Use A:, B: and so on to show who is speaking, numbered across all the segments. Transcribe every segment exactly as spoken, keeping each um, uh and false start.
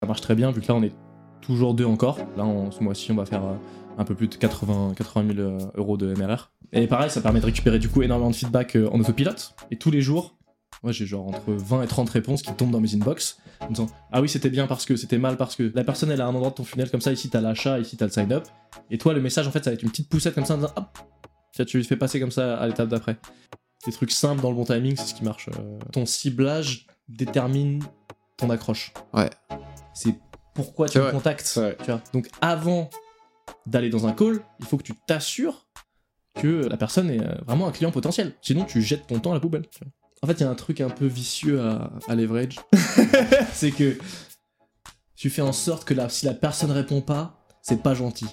A: Ça marche très bien vu que là on est toujours deux encore. Là en ce mois-ci on va faire euh, un peu plus de quatre-vingts mille euh, euros de M R R. Et pareil, ça permet de récupérer du coup énormément de feedback euh, en autopilote. Et tous les jours, moi j'ai genre entre vingt et trente réponses qui tombent dans mes inbox en disant ah oui c'était bien parce que, c'était mal parce que. La personne elle a un endroit de ton funnel comme ça, ici t'as l'achat, ici t'as le sign up. Et toi le message en fait ça va être une petite poussette comme ça en disant hop, tiens, tu lui fais passer comme ça à l'étape d'après. Des trucs simples dans le bon timing, c'est ce qui marche. Euh, ton ciblage détermine ton accroche.
B: Ouais.
A: C'est pourquoi tu me contactes. Tu vois. Donc avant d'aller dans un call, il faut que tu t'assures que la personne est vraiment un client potentiel. Sinon, tu jettes ton temps à la poubelle. Tu vois. En fait, il y a un truc un peu vicieux à, à leverage. C'est que tu fais en sorte que la, si la personne répond pas, c'est pas gentil.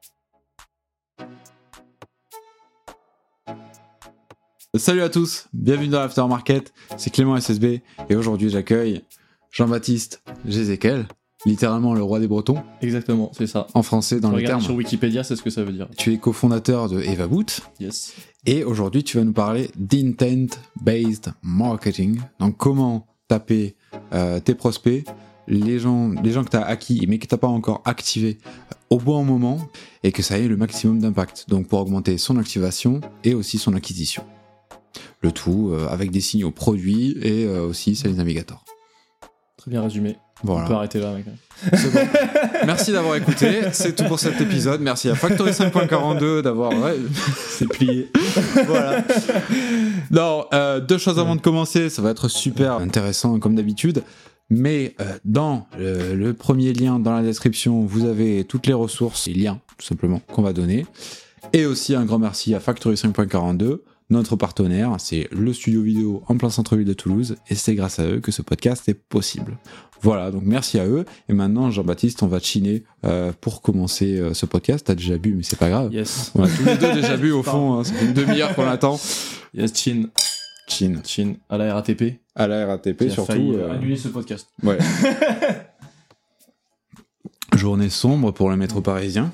B: Salut à tous, bienvenue dans l'Aftermarket, c'est Clément S S B et aujourd'hui j'accueille Jean-Baptiste Jézéquel, littéralement le roi des Bretons.
A: Exactement, c'est ça.
B: En français dans le terme.
A: Sur Wikipédia, c'est ce que ça veut dire.
B: Tu es cofondateur de Evaboot.
A: Yes.
B: Et aujourd'hui tu vas nous parler d'intent-based marketing. Donc comment taper euh, tes prospects, les gens, les gens que tu as acquis mais que tu n'as pas encore activés au bon moment et que ça ait le maximum d'impact. Donc pour augmenter son activation et aussi son acquisition. Le tout euh, avec des signaux produits et euh, aussi Sales Navigator.
A: Très bien résumé.
B: Voilà.
A: On peut arrêter là, mec.
B: C'est bon. Merci d'avoir écouté. C'est tout pour cet épisode. Merci à Factory cinq point quarante-deux d'avoir. Ouais.
A: C'est plié.
B: Voilà. Non, euh, deux choses avant de commencer. Ça va être super intéressant comme d'habitude. Mais euh, dans le, le premier lien dans la description, vous avez toutes les ressources et liens, tout simplement, qu'on va donner. Et aussi un grand merci à Factory cinq point quarante-deux. Notre partenaire, c'est le studio vidéo en plein centre-ville de Toulouse et c'est grâce à eux que ce podcast est possible. Voilà, donc merci à eux. Et maintenant, Jean-Baptiste, on va chiner euh, pour commencer euh, ce podcast. T'as déjà bu, mais c'est pas grave.
A: Yes.
B: On a tous les deux déjà bu au fond, hein, ça fait une demi-heure qu'on l'attend.
A: Yes, chin.
B: Chin.
A: Chin. À la R A T P.
B: À la R A T P,
A: qui a
B: surtout.
A: failli,
B: euh...
A: annuler ce podcast.
B: Ouais. Journée sombre pour le métro parisien.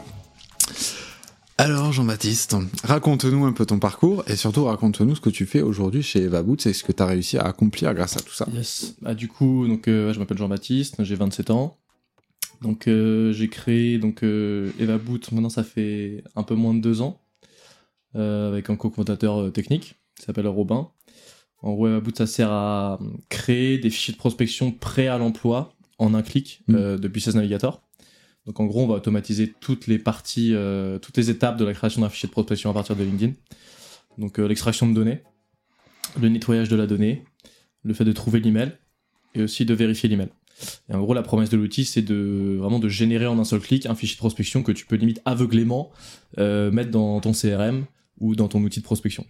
B: Alors Jean-Baptiste, raconte-nous un peu ton parcours et surtout raconte-nous ce que tu fais aujourd'hui chez Evaboot, c'est ce que tu as réussi à accomplir grâce à tout ça.
A: Yes. Ah, du coup, donc, euh, je m'appelle Jean-Baptiste, j'ai vingt-sept ans. Donc euh, j'ai créé donc, euh, Evaboot, maintenant ça fait un peu moins de deux ans, euh, avec un co-fondateur euh, technique qui s'appelle Robin. En gros, Evaboot, ça sert à créer des fichiers de prospection prêts à l'emploi en un clic mmh. euh, depuis Sales Navigator. Donc en gros, on va automatiser toutes les parties, euh, toutes les étapes de la création d'un fichier de prospection à partir de LinkedIn. Donc euh, l'extraction de données, le nettoyage de la donnée, le fait de trouver l'email et aussi de vérifier l'email. Et en gros, la promesse de l'outil, c'est de vraiment de générer en un seul clic un fichier de prospection que tu peux limite aveuglément euh, mettre dans ton C R M ou dans ton outil de prospection.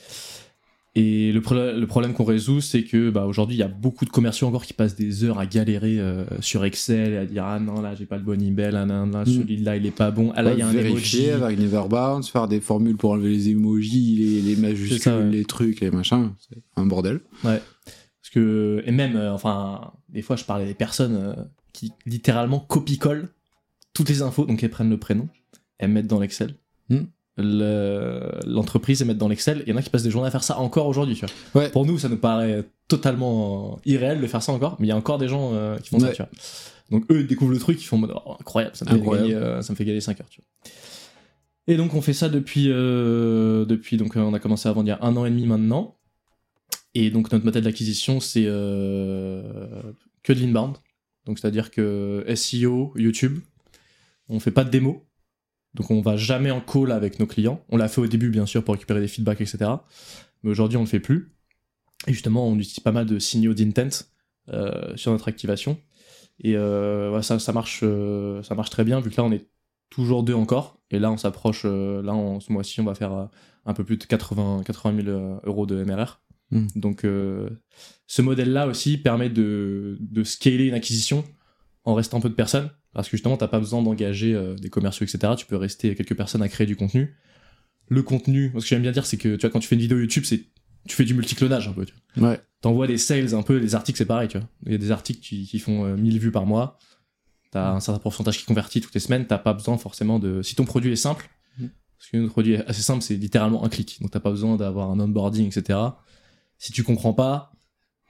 A: Et le, pro- le problème qu'on résout, c'est que bah, aujourd'hui, il y a beaucoup de commerciaux encore qui passent des heures à galérer euh, sur Excel et à dire ah non là j'ai pas le bon email, ah non là celui-là il est pas bon, ah là il ouais, y a un
B: vérifier emoji. Avec Neverbounce, faire des formules pour enlever les emojis, les, les majuscules, ça, ouais. les trucs, les machins, c'est un bordel.
A: Ouais. Parce que et même euh, enfin des fois je parlais des personnes euh, qui littéralement copie-collent toutes les infos, donc elles prennent le prénom, elles mettent dans l'Excel. Hmm. Le, l'entreprise et mettre dans l'Excel. Il y en a qui passent des journées à faire ça encore aujourd'hui, tu vois. Ouais. Pour nous, ça nous paraît totalement irréel de faire ça encore, mais il y a encore des gens euh, qui font ouais. ça, tu vois. Donc eux, ils découvrent le truc, ils font oh, incroyable, ça me, incroyable. Fait gagner, euh, ça me fait gagner cinq heures, tu vois. Et donc on fait ça depuis, euh, depuis donc on a commencé à vendre il y a un an et demi maintenant. Et donc notre modèle d'acquisition, c'est euh, que de l'inbound. Donc c'est-à-dire que S E O, YouTube, on fait pas de démo. Donc on va jamais en call avec nos clients. On l'a fait au début bien sûr pour récupérer des feedbacks, et cetera. Mais aujourd'hui on le fait plus. Et justement on utilise pas mal de signaux d'intent euh, sur notre activation. Et euh, ouais, ça, ça, marche, euh, ça marche très bien vu que là on est toujours deux encore. Et là on s'approche, euh, là en ce mois-ci on va faire euh, un peu plus de quatre-vingts mille euros de M R R. Mmh. Donc euh, ce modèle-là aussi permet de, de scaler une acquisition en restant peu de personnes. Parce que justement, t'as pas besoin d'engager euh, des commerciaux, et cetera. Tu peux rester quelques personnes à créer du contenu. Le contenu, ce que j'aime bien dire, c'est que tu vois, quand tu fais une vidéo YouTube, c'est tu fais du multiclonage un peu. Tu vois.
B: Ouais.
A: T'envoies des sales un peu, les articles c'est pareil. Tu vois. Il y a des articles qui, qui font euh, mille vues par mois. T'as un certain pourcentage qui convertit toutes les semaines. T'as pas besoin forcément de. Si ton produit est simple, mmh. parce que notre produit est assez simple, c'est littéralement un clic. Donc t'as pas besoin d'avoir un onboarding, et cetera. Si tu comprends pas,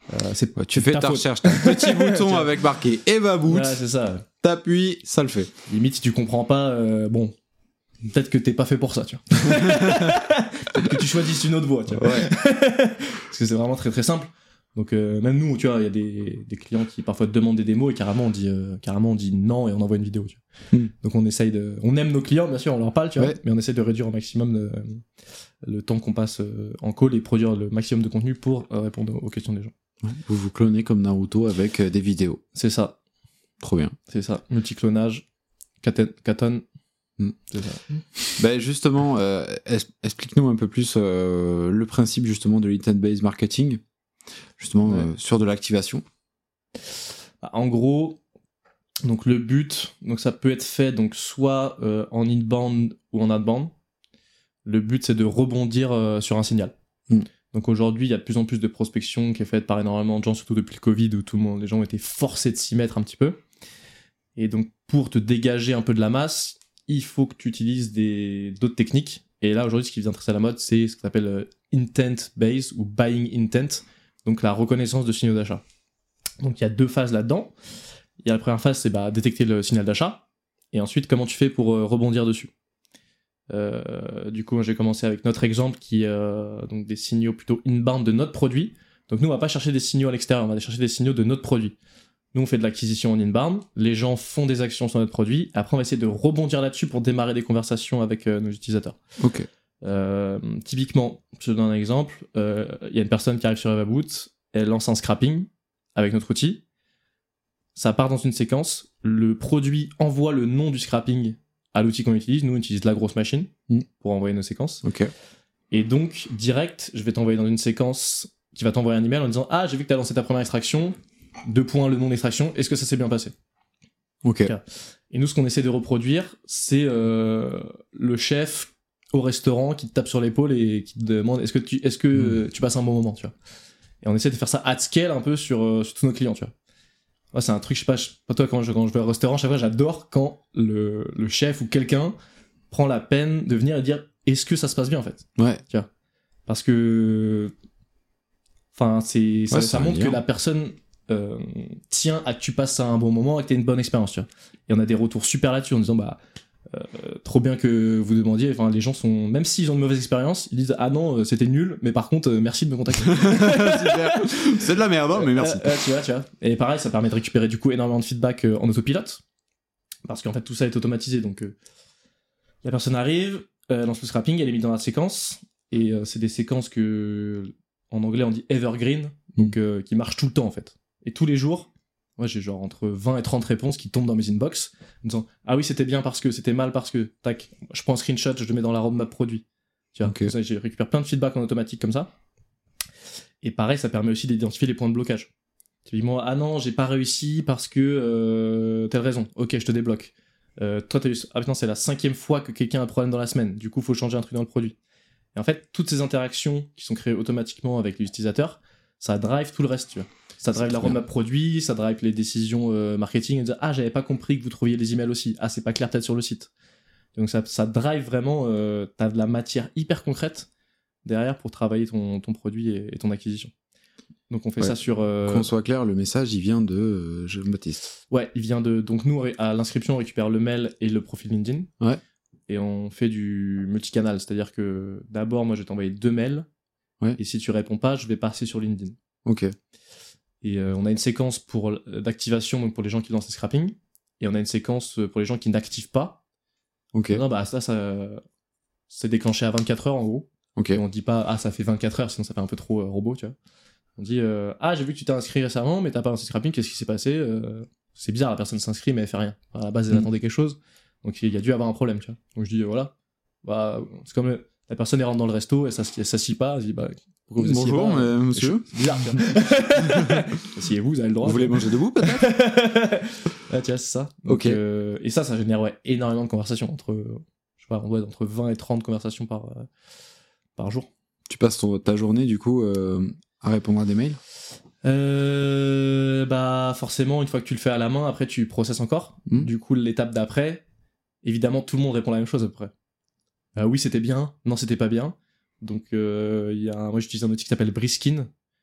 A: Euh, c'est,
B: ouais, tu fais ta, ta recherche, t'as un petit bouton avec marqué Eva Boot.
A: Ouais, c'est ça.
B: T'appuies, ça le fait.
A: Limite, si tu comprends pas, euh, bon, peut-être que t'es pas fait pour ça, tu vois. Peut-être que tu choisisses une autre voie, tu vois. Ouais. Parce que c'est vraiment très très simple. Donc euh, même nous, tu vois, il y a des, des clients qui parfois te demandent des démos et carrément on dit euh, carrément on dit non et on envoie une vidéo. Tu vois. Mm. Donc on essaye de, on aime nos clients bien sûr, on leur parle, tu vois, ouais. mais on essaie de réduire au maximum le, le temps qu'on passe en call et produire le maximum de contenu pour euh, répondre aux questions des gens.
B: Ouais. Vous vous clonez comme Naruto avec euh, des vidéos.
A: C'est ça.
B: Trop bien.
A: C'est ça. Multi-clonage, Katon.
B: Mm. C'est ça. Ben justement, euh, es- explique-nous un peu plus euh, le principe justement de l'intent-based marketing. Justement ouais. euh, sur de l'activation.
A: En gros, donc le but, donc ça peut être fait donc soit euh, en inbound ou en outbound. Le but c'est de rebondir euh, sur un signal. Mm. Donc aujourd'hui il y a de plus en plus de prospection qui est faite par énormément de gens, surtout depuis le Covid où tout le monde, les gens ont été forcés de s'y mettre un petit peu. Et donc pour te dégager un peu de la masse, il faut que tu utilises des d'autres techniques. Et là aujourd'hui ce qui vient très à la mode, c'est ce qu'on appelle euh, intent based ou buying intent. Donc la reconnaissance de signaux d'achat. Donc il y a deux phases là-dedans. Il y a la première phase, c'est bah, détecter le signal d'achat. Et ensuite, comment tu fais pour euh, rebondir dessus. Euh, du coup, j'ai commencé avec notre exemple qui est euh, donc des signaux plutôt inbound de notre produit. Donc nous, on va pas chercher des signaux à l'extérieur, on va aller chercher des signaux de notre produit. Nous, on fait de l'acquisition en inbound. Les gens font des actions sur notre produit. Après, on va essayer de rebondir là-dessus pour démarrer des conversations avec euh, nos utilisateurs.
B: Ok.
A: Euh, typiquement, je te donne un exemple, il euh, y a une personne qui arrive sur EvaBoot, elle lance un scrapping avec notre outil, ça part dans une séquence, le produit envoie le nom du scrapping à l'outil qu'on utilise, nous on utilise la grosse machine mm. pour envoyer nos séquences,
B: okay.
A: Et donc direct, je vais t'envoyer dans une séquence qui va t'envoyer un email en disant « Ah, j'ai vu que t'as lancé ta première extraction, deux points le nom d'extraction, est-ce que ça s'est bien passé ?»
B: Ok.
A: Et nous, ce qu'on essaie de reproduire, c'est euh, le chef au restaurant qui te tape sur l'épaule et qui te demande est-ce que tu est-ce que mmh. tu passes un bon moment, tu vois. Et on essaie de faire ça at scale un peu sur, euh, sur tous nos clients, tu vois. Ouais, c'est un truc, je sais pas, je, pas toi quand je quand je vais au restaurant, chaque fois j'adore quand le le chef ou quelqu'un prend la peine de venir et dire est-ce que ça se passe bien en fait.
B: Ouais.
A: Tu vois. Parce que enfin c'est ça, ouais, ça montre que la personne euh, tient à que tu passes un bon moment et que t'aies une bonne expérience, tu vois. Et on a des retours super là-dessus en disant bah Euh, trop bien que vous demandiez, enfin les gens sont, même s'ils ont une mauvaise expérience, ils disent ah non c'était nul mais par contre euh, merci de me contacter.
B: Super. C'est de la merde hein, mais merci.
A: Euh, euh, tu vois, tu vois. Et pareil ça permet de récupérer du coup énormément de feedback euh, en autopilote parce qu'en fait tout ça est automatisé, donc euh, la personne arrive, euh, lance le scrapping, elle est mise dans la séquence et euh, c'est des séquences que en anglais on dit evergreen, donc euh, qui marchent tout le temps en fait, et tous les jours. Moi, j'ai genre entre vingt et trente réponses qui tombent dans mes inbox, en disant « Ah oui, c'était bien parce que, c'était mal parce que, tac, je prends un screenshot, je le mets dans la roadmap produit. » Tu vois, okay. Ça, j'ai récupéré plein de feedback en automatique comme ça. Et pareil, ça permet aussi d'identifier les points de blocage. Typiquement, ah non, j'ai pas réussi parce que, euh, telle raison. Ok, je te débloque. Euh, toi, t'as eu, ah putain, c'est la cinquième fois que quelqu'un a un problème dans la semaine. Du coup, faut changer un truc dans le produit. Et en fait, toutes ces interactions qui sont créées automatiquement avec les utilisateurs, ça drive tout le reste, tu vois. Ça drive la roadmap produit, ça drive les décisions euh, marketing, et dire, ah j'avais pas compris que vous trouviez les emails aussi, ah c'est pas clair peut-être sur le site. Donc ça, ça drive vraiment, euh, t'as de la matière hyper concrète derrière pour travailler ton, ton produit et, et ton acquisition. Donc on fait ouais. ça sur... Euh...
B: Qu'on soit clair, le message il vient de euh, Jean-Baptiste.
A: Ouais, il vient de... Donc nous à l'inscription on récupère le mail et le profil LinkedIn.
B: Ouais.
A: Et on fait du multicanal, c'est-à-dire que d'abord moi je vais t'envoyer deux mails,
B: ouais.
A: et si tu réponds pas, je vais passer sur LinkedIn.
B: Ok.
A: Et euh, on a une séquence pour d'activation, donc pour les gens qui lancent les scrapping, et on a une séquence pour les gens qui n'activent pas.
B: Ok.
A: Non, bah ça, ça c'est déclenché à vingt-quatre heures en gros.
B: Ok.
A: Et on dit pas ah ça fait vingt-quatre heures, sinon ça fait un peu trop euh, robot, tu vois. On dit euh, ah j'ai vu que tu t'es inscrit récemment, mais t'as pas lancé le scrapping, qu'est-ce qui s'est passé euh, C'est bizarre, la personne s'inscrit mais elle fait rien. À la base elle mmh. attendait quelque chose, donc il y a dû avoir un problème, tu vois. Donc je dis euh, voilà, bah c'est comme euh, la personne elle rentre dans le resto, elle s'assit pas, elle dit bah
B: pourquoi vous asseyez Bonjour, pas, euh, monsieur.
A: C'est bizarre, tu vois. Asseyez-vous, vous avez le droit.
B: Vous voulez manger debout, peut-être?
A: Ah, tu vois, c'est ça. Donc, ok. Euh, et ça, ça génère ouais, énormément de conversations. Entre, je sais pas, on doit être entre vingt et trente conversations par, euh, par jour.
B: Tu passes ton, ta journée, du coup, euh, à répondre à des mails?
A: euh, Bah, forcément, une fois que tu le fais à la main, après, tu processes encore. Mmh. Du coup, l'étape d'après, évidemment, tout le monde répond la même chose à peu près. Euh, oui, c'était bien. Non, c'était pas bien. Donc, euh, y a un... moi, j'utilise un outil qui s'appelle Briskin,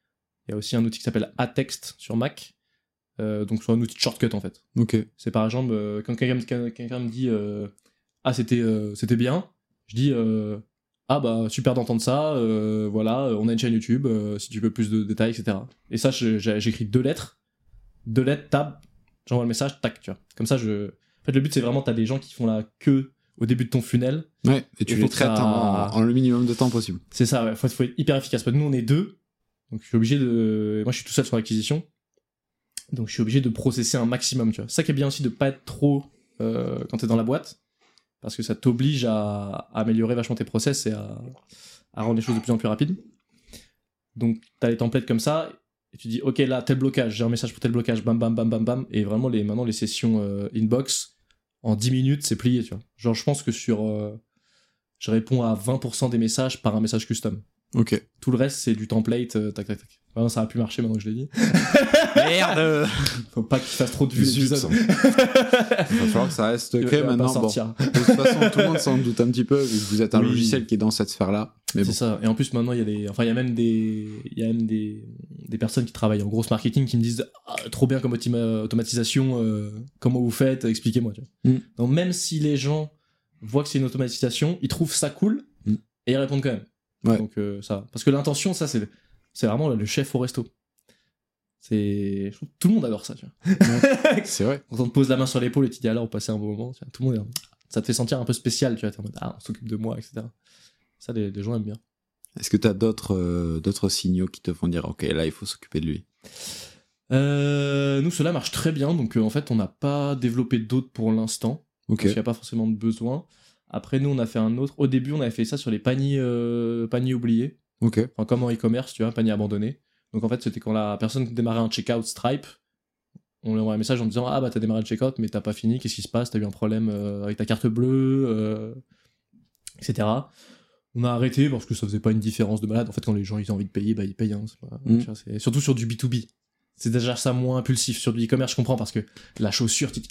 A: Il y a aussi un outil qui s'appelle Atext sur Mac. Euh, donc, c'est un outil de shortcut en fait.
B: Ok. C'est
A: par exemple, euh, quand quelqu'un, quelqu'un me dit euh, ah, c'était, euh, c'était bien, je dis euh, ah, bah, super d'entendre ça, euh, voilà, on a une chaîne YouTube, euh, si tu veux plus de détails, et cetera. Et ça, je, j'écris deux lettres, deux lettres, tab, j'envoie le message, tac, tu vois. Comme ça, je. En fait, le but, c'est vraiment, t'as des gens qui font la queue au début de ton funnel.
B: Ouais, et tu les traites ça... en, en le minimum de temps possible.
A: C'est ça, ouais. Faut, faut être hyper efficace. Nous, on est deux, donc je suis obligé de. Moi, je suis tout seul sur l'acquisition, donc je suis obligé de processer un maximum, tu vois. Ça qui est bien aussi de pas être trop euh, quand t'es dans la boîte, parce que ça t'oblige à, à améliorer vachement tes process et à, à rendre les choses de plus en plus rapides. Donc, t'as les templates comme ça, et tu dis, ok, là, tel blocage, j'ai un message pour tel blocage, bam, bam, bam, bam, bam, et vraiment, les, maintenant, les sessions euh, inbox, en dix minutes, c'est plié, tu vois. Genre, je pense que sur... Euh, je réponds à vingt pour cent des messages par un message custom.
B: Ok.
A: Tout le reste, c'est du template, euh, tac, tac, tac. Enfin, ça a pu marcher maintenant que je l'ai dit.
B: Merde.
A: Faut pas qu'il fasse trop de vues l'épisode.
B: Il va falloir que ça reste secret maintenant. Bon. De toute façon, tout le monde s'en doute un petit peu, vu que vous êtes un oui. logiciel qui est dans cette sphère-là. Mais
A: c'est
B: bon.
A: ça. Et en plus, maintenant, il y a des, enfin, il y a même des, il y a même des, des personnes qui travaillent en grosse marketing qui me disent, ah, trop bien comme autima- automatisation, euh, comment vous faites, expliquez-moi, tu vois. Mm. Donc, même si les gens voient que c'est une automatisation, ils trouvent ça cool, mm. et ils répondent quand même.
B: Ouais.
A: Donc, euh, ça. Parce que l'intention, ça, c'est, c'est vraiment le chef au resto. C'est... Je trouve que tout le monde adore ça, tu vois.
B: Ouais, c'est vrai.
A: Quand on te pose la main sur l'épaule et tu dis alors, on passait un bon moment, tu vois, tout le monde est... Ça te fait sentir un peu spécial, tu vois. T'es en mode, ah, on s'occupe de moi, et cetera. Ça, les, les gens aiment bien.
B: Est-ce que tu as d'autres, euh, d'autres signaux qui te font dire, ok, là, il faut s'occuper de lui?
A: euh, Nous, cela marche très bien, donc euh, en fait, on n'a pas développé d'autres pour l'instant.
B: Okay.
A: Parce qu'il n'y a pas forcément de besoin. Après, nous, on a fait un autre. Au début, on avait fait ça sur les paniers, euh, paniers oubliés.
B: Ok.
A: Enfin, comme en e-commerce, tu vois, panier abandonné. Donc en fait, c'était quand la personne démarrait un checkout Stripe, on lui envoie un message en disant ah bah t'as démarré le checkout mais t'as pas fini, qu'est-ce qui se passe, t'as eu un problème euh, avec ta carte bleue, euh, et cetera. On a arrêté parce que ça faisait pas une différence de malade. En fait, quand les gens ils ont envie de payer, bah ils payent. Hein, c'est pas, mm. tu vois, c'est... Surtout sur du B deux B. C'est déjà ça moins impulsif. Sur du e-commerce, je comprends parce que la chaussure, tu te dis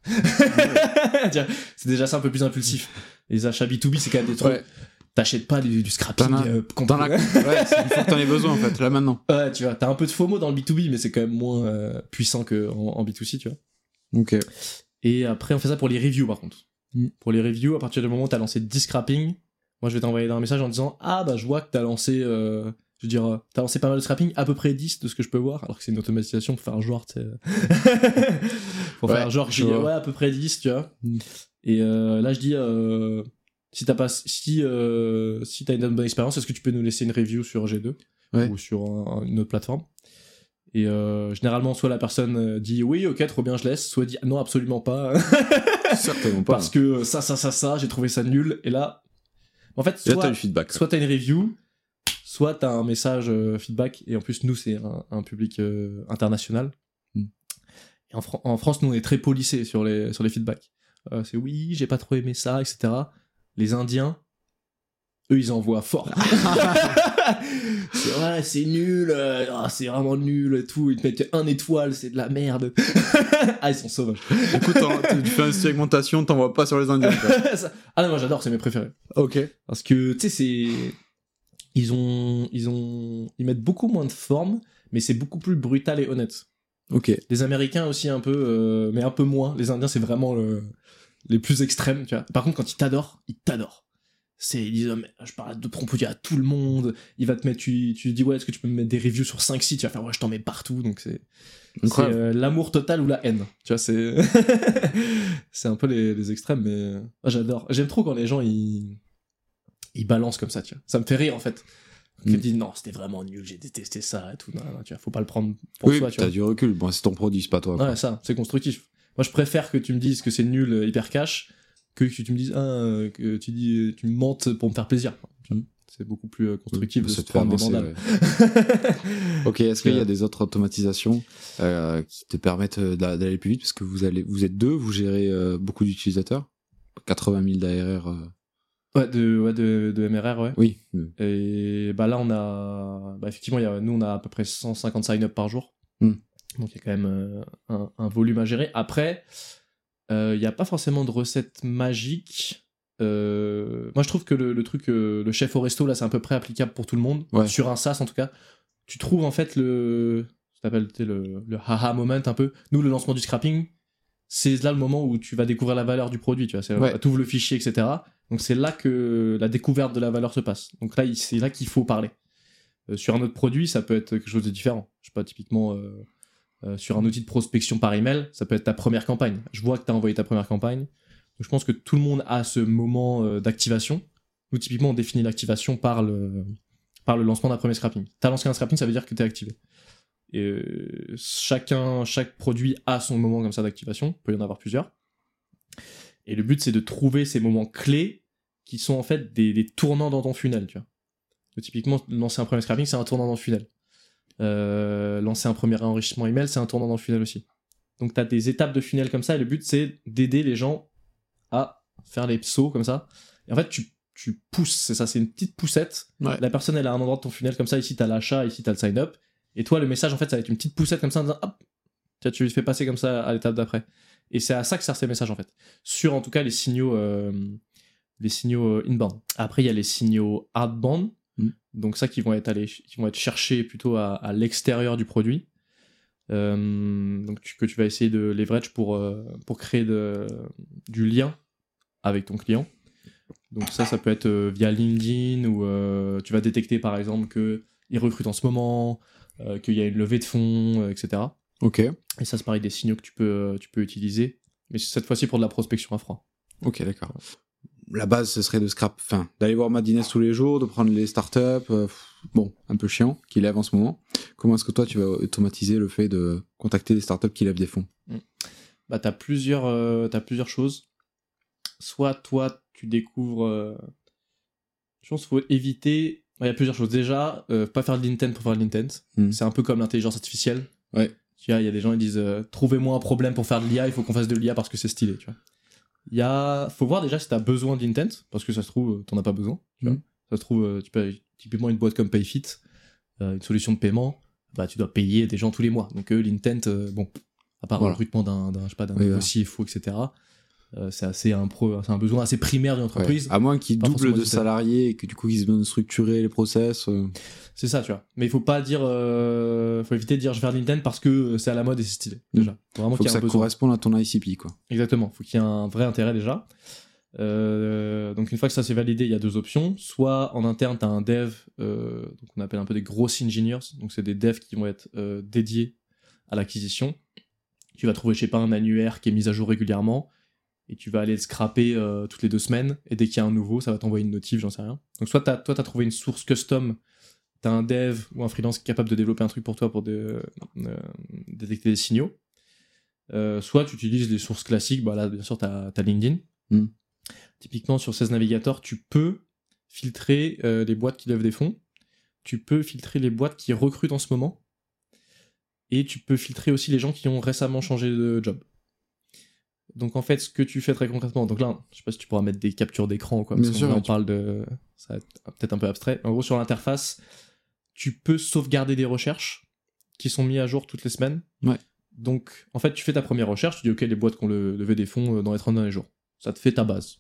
A: ah, c'est déjà ça un peu plus impulsif. Les achats B deux B, c'est quand même des trucs. Ouais. T'achètes pas du, du scrapping euh,
B: complet. Ouais, il faut que t'en aies besoin en fait, là maintenant.
A: Ouais, tu vois, t'as un peu de FOMO dans le B deux B, mais c'est quand même moins euh, puissant qu'en en B deux C, tu vois.
B: Ok.
A: Et après, on fait ça pour les reviews par contre. Mm. Pour les reviews, à partir du moment où t'as lancé dix scrapping, moi je vais t'envoyer un message en disant ah bah je vois que t'as lancé, euh, je veux dire, euh, t'as lancé pas mal de scrapping, à peu près dix de ce que je peux voir, alors que c'est une automatisation pour faire un genre, tu sais. Pour ouais, faire un genre, je dis ouais, à peu près dix, tu vois. Mm. Et euh, là je dis. Euh, Si t'as pas, si, euh, si t'as une bonne expérience, est-ce que tu peux nous laisser une review sur G deux
B: ouais.
A: ou sur un, une autre plateforme? Et euh, généralement, soit la personne dit oui, ok, trop bien, je laisse, soit dit non, absolument pas.
B: Certainement pas.
A: Parce que ça, ça, ça, ça, j'ai trouvé ça nul. Et là, en fait, soit,
B: là, t'as le feedback.
A: Soit t'as une review, soit t'as un message euh, feedback. Et en plus, nous, c'est un, un public euh, international. Mm. Et en, Fran- en France, nous, on est très policés sur les, sur les feedbacks. Euh, c'est oui, j'ai pas trop aimé ça, et cetera. Les Indiens, eux, ils envoient fort. C'est ouais, c'est nul, euh, oh, c'est vraiment nul et tout. Ils te mettent un étoile, c'est de la merde. Ah, ils sont sauvages.
B: Écoute, tu fais une segmentation, t'envoies pas sur les Indiens.
A: Ça... Ah non, moi j'adore, c'est mes préférés.
B: Ok.
A: Parce que tu sais, c'est ils ont, ils ont, ils mettent beaucoup moins de forme, mais c'est beaucoup plus brutal et honnête.
B: Ok.
A: Les Américains aussi un peu, euh, mais un peu moins. Les Indiens, c'est vraiment le... les plus extrêmes, tu vois. Par contre, quand ils t'adorent, ils t'adorent. C'est, ils disent, oh, mais je parle de Prompodia à tout le monde. Il va te mettre, tu, tu dis, ouais, est-ce que tu peux me mettre des reviews sur cinq sites? Tu vas faire, ouais, je t'en mets partout. Donc c'est, c'est euh, l'amour total ou la haine. Tu vois, c'est, c'est un peu les, les extrêmes, mais oh, j'adore. J'aime trop quand les gens, ils, ils balancent comme ça, tu vois. Ça me fait rire, en fait. Ils mm. me disent, non, c'était vraiment nul, j'ai détesté ça et tout. Non, non, tu vois, faut pas le prendre pour
B: oui,
A: soi, tu
B: t'as
A: vois.
B: du recul. Bon, c'est ton produit, c'est pas toi. Quoi.
A: Ouais, ça, c'est constructif. Moi, je préfère que tu me dises que c'est nul, hyper cash, que tu me dises ah, que tu dis tu me mentes pour me faire plaisir. Mm. C'est beaucoup plus constructif oui, de se prendre des mandales.
B: Ouais. Ok, est-ce qu'il y a des autres automatisations euh, qui te permettent d'aller plus vite parce que vous allez, vous êtes deux, vous gérez euh, beaucoup d'utilisateurs, quatre-vingt mille d'A R R. Euh...
A: Ouais, de ouais de, de M R R, ouais.
B: Oui.
A: Et bah là on a, bah effectivement, il y a, nous on a à peu près cent cinquante sign-up par jour.
B: Mm.
A: Donc il y a quand même euh, un, un volume à gérer. Après. Il euh, n'y a pas forcément de recette magique. Euh, moi, je trouve que le, le truc, euh, le chef au resto, là, c'est à peu près applicable pour tout le monde.
B: Ouais.
A: Sur un SaaS, en tout cas. tu trouves en fait le, ça s'appelle le, le haha moment un peu. Nous, le lancement du scrapping, c'est là le moment où tu vas découvrir la valeur du produit, tu vois. C'est, ouais. Tu ouvres le fichier, et cetera. Donc c'est là que la découverte de la valeur se passe. Donc là, c'est là qu'il faut parler. Euh, sur un autre produit, ça peut être quelque chose de différent. Je sais pas, typiquement euh, euh, sur un outil de prospection par email, ça peut être ta première campagne. Je vois que tu as envoyé ta première campagne. Donc je pense que tout le monde a ce moment euh, d'activation. Nous, typiquement, on définit l'activation par le, par le lancement d'un premier scrapping. T'as lancé un scrapping, ça veut dire que t'es activé. Et euh, chacun, chaque produit a son moment comme ça d'activation. Il peut y en avoir plusieurs. Et le but, c'est de trouver ces moments clés qui sont en fait des, des tournants dans ton funnel, tu vois. Donc, typiquement, lancer un premier scrapping, c'est un tournant dans le funnel. Euh, lancer un premier enrichissement email, c'est un tournant dans le funnel aussi. Donc, t'as des étapes de funnel comme ça, et le but, c'est d'aider les gens à faire les sauts comme ça. Et en fait, tu, tu pousses, c'est ça, c'est une petite poussette. Ouais. La personne, elle a un endroit de ton funnel comme ça, ici, t'as l'achat, ici, t'as le sign-up. Et toi, le message, en fait, ça va être une petite poussette comme ça, en disant, hop, tu lui fais passer comme ça à l'étape d'après. Et c'est à ça que servent ces messages, en fait. Sur, en tout cas, les signaux, euh, les signaux inbound. Après, il y a les signaux outbound. Mm. Donc ça, qui vont être allés, qui vont être cherchés plutôt à, à l'extérieur du produit. Euh, donc tu, que tu vas essayer de leverage pour, euh, pour créer de, du lien avec ton client. Donc ça, ça peut être euh, via LinkedIn, où euh, tu vas détecter, par exemple, qu'il recrute en ce moment, euh, qu'il y a une levée de fonds, euh, et cetera.
B: Ok.
A: Et ça, c'est pareil, des signaux que tu peux, tu peux utiliser, mais cette fois-ci pour de la prospection à froid.
B: Ok, d'accord. La base, ce serait de scrap, enfin, d'aller voir Madines tous les jours, de prendre les startups, euh, bon, un peu chiant, qui lèvent en ce moment. Comment est-ce que toi, tu vas automatiser le fait de contacter des startups qui lèvent des fonds ?
A: Bah, t'as plusieurs, euh, t'as plusieurs choses. Soit toi, tu découvres, euh... je pense qu'il faut éviter, il y a plusieurs choses. Déjà, euh, pas faire de l'intent pour faire de l'intent. Mm. C'est un peu comme l'intelligence artificielle.
B: Ouais.
A: Tu vois, il y a des gens qui disent euh, trouvez-moi un problème pour faire de l'I A, il faut qu'on fasse de l'I A parce que c'est stylé, tu vois. Il y a, faut voir déjà si t'as besoin d'intent, parce que ça se trouve, t'en as pas besoin. Tu vois. Mm. Ça se trouve, tu peux, typiquement une boîte comme PayFit, euh, une solution de paiement, bah tu dois payer des gens tous les mois. Donc eux, l'intent, euh, bon, à part voilà. le recrutement d'un, d'un, je sais pas, d'un oui, C F O, et cetera. Euh, c'est assez un pro, c'est un besoin assez primaire d'une entreprise.
B: Ouais. À moins qu'ils doublent de salariés et que du coup ils se donnent structurer les process. Euh...
A: C'est ça, tu vois. Mais il faut pas dire, euh, faut éviter de dire je vais faire l'intent parce que c'est à la mode et c'est stylé. Déjà.
B: Faut vraiment faut qu'il y ait que un ça besoin. Corresponde à ton I C P, quoi.
A: Exactement. Faut qu'il y ait un vrai intérêt déjà. Euh, donc une fois que ça c'est validé, il y a deux options. Soit en interne, t'as un dev, euh, donc on appelle un peu des gros engineers. Donc c'est des devs qui vont être euh, dédiés à l'acquisition. Tu vas trouver, je sais pas, un annuaire qui est mis à jour régulièrement. Et tu vas aller le scraper euh, toutes les deux semaines, et dès qu'il y a un nouveau, ça va t'envoyer une notif, j'en sais rien. Donc soit t'as, toi, t'as trouvé une source custom, t'as un dev ou un freelance qui est capable de développer un truc pour toi pour de, euh, détecter des signaux. Euh, soit tu utilises les sources classiques, bah là, bien sûr, t'as, t'as LinkedIn. Mm. Typiquement, sur seize Navigator, tu peux filtrer euh, les boîtes qui lèvent des fonds, tu peux filtrer les boîtes qui recrutent en ce moment, et tu peux filtrer aussi les gens qui ont récemment changé de job. Donc en fait, ce que tu fais très concrètement, donc là, je sais pas si tu pourras mettre des captures d'écran ou quoi, parce qu'on parle de, ça va être peut-être un peu abstrait. En gros, sur l'interface, tu peux sauvegarder des recherches qui sont mises à jour toutes les semaines.
B: Ouais.
A: Donc en fait, tu fais ta première recherche, tu dis ok, les boîtes qui ont le, levé des fonds dans les trente derniers jours, ça te fait ta base.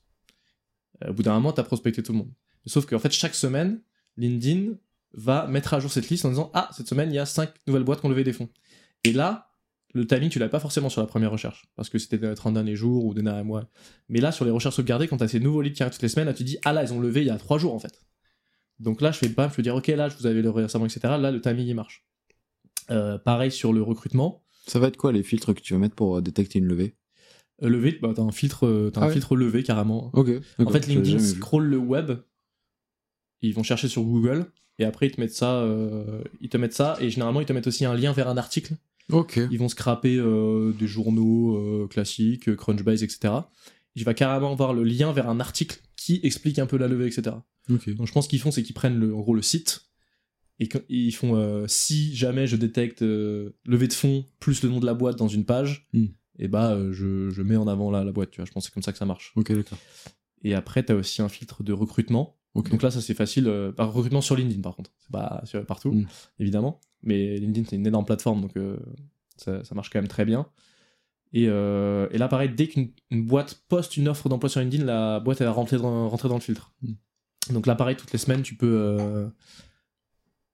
A: Au bout d'un moment, t'as prospecté tout le monde. Sauf qu'en fait, chaque semaine, LinkedIn va mettre à jour cette liste en disant ah, cette semaine, il y a cinq nouvelles boîtes qui ont levé des fonds. Et là, le timing, tu l'avais pas forcément sur la première recherche, parce que c'était des trente derniers jours ou des derniers mois. Mais là, sur les recherches sauvegardées, quand tu as ces nouveaux leads qui arrivent toutes les semaines, là, tu dis, ah là, ils ont levé il y a trois jours, en fait. Donc là, je fais bam, je peux dire, ok, là, je vous avais levé récemment, et cetera. Là, le timing, il marche. Euh, pareil sur le recrutement.
B: Ça va être quoi les filtres que tu vas mettre pour détecter une levée ?
A: euh, Levée, bah, t'as un filtre, t'as ah un ouais. filtre levé, carrément.
B: Ok.
A: En fait, LinkedIn scroll le web, ils vont chercher sur Google, et après, ils te mettent ça, euh, ils te mettent ça, et généralement, ils te mettent aussi un lien vers un article.
B: Ok.
A: Ils vont scraper euh, des journaux euh, classiques, Crunchbase, et cetera. Il va carrément avoir le lien vers un article qui explique un peu la levée, et cetera.
B: Okay.
A: Donc je pense qu'ils font, c'est qu'ils prennent le, en gros le site et ils font euh, si jamais je détecte euh, levée de fonds plus le nom de la boîte dans une page, mm. et bah euh, je, je mets en avant la, la boîte. Tu vois, je pense que c'est comme ça que ça marche.
B: Ok, d'accord.
A: Et après t'as aussi un filtre de recrutement. Okay. Donc là ça c'est facile. Euh, par recrutement sur LinkedIn par contre, c'est pas sur, partout mm. évidemment. Mais LinkedIn, c'est une énorme plateforme, donc euh, ça, ça marche quand même très bien. Et, euh, et là, pareil, dès qu'une une boîte poste une offre d'emploi sur LinkedIn, la boîte, elle va rentrer dans, rentrer dans le filtre. Mm. Donc là, pareil, toutes les semaines, tu peux, euh,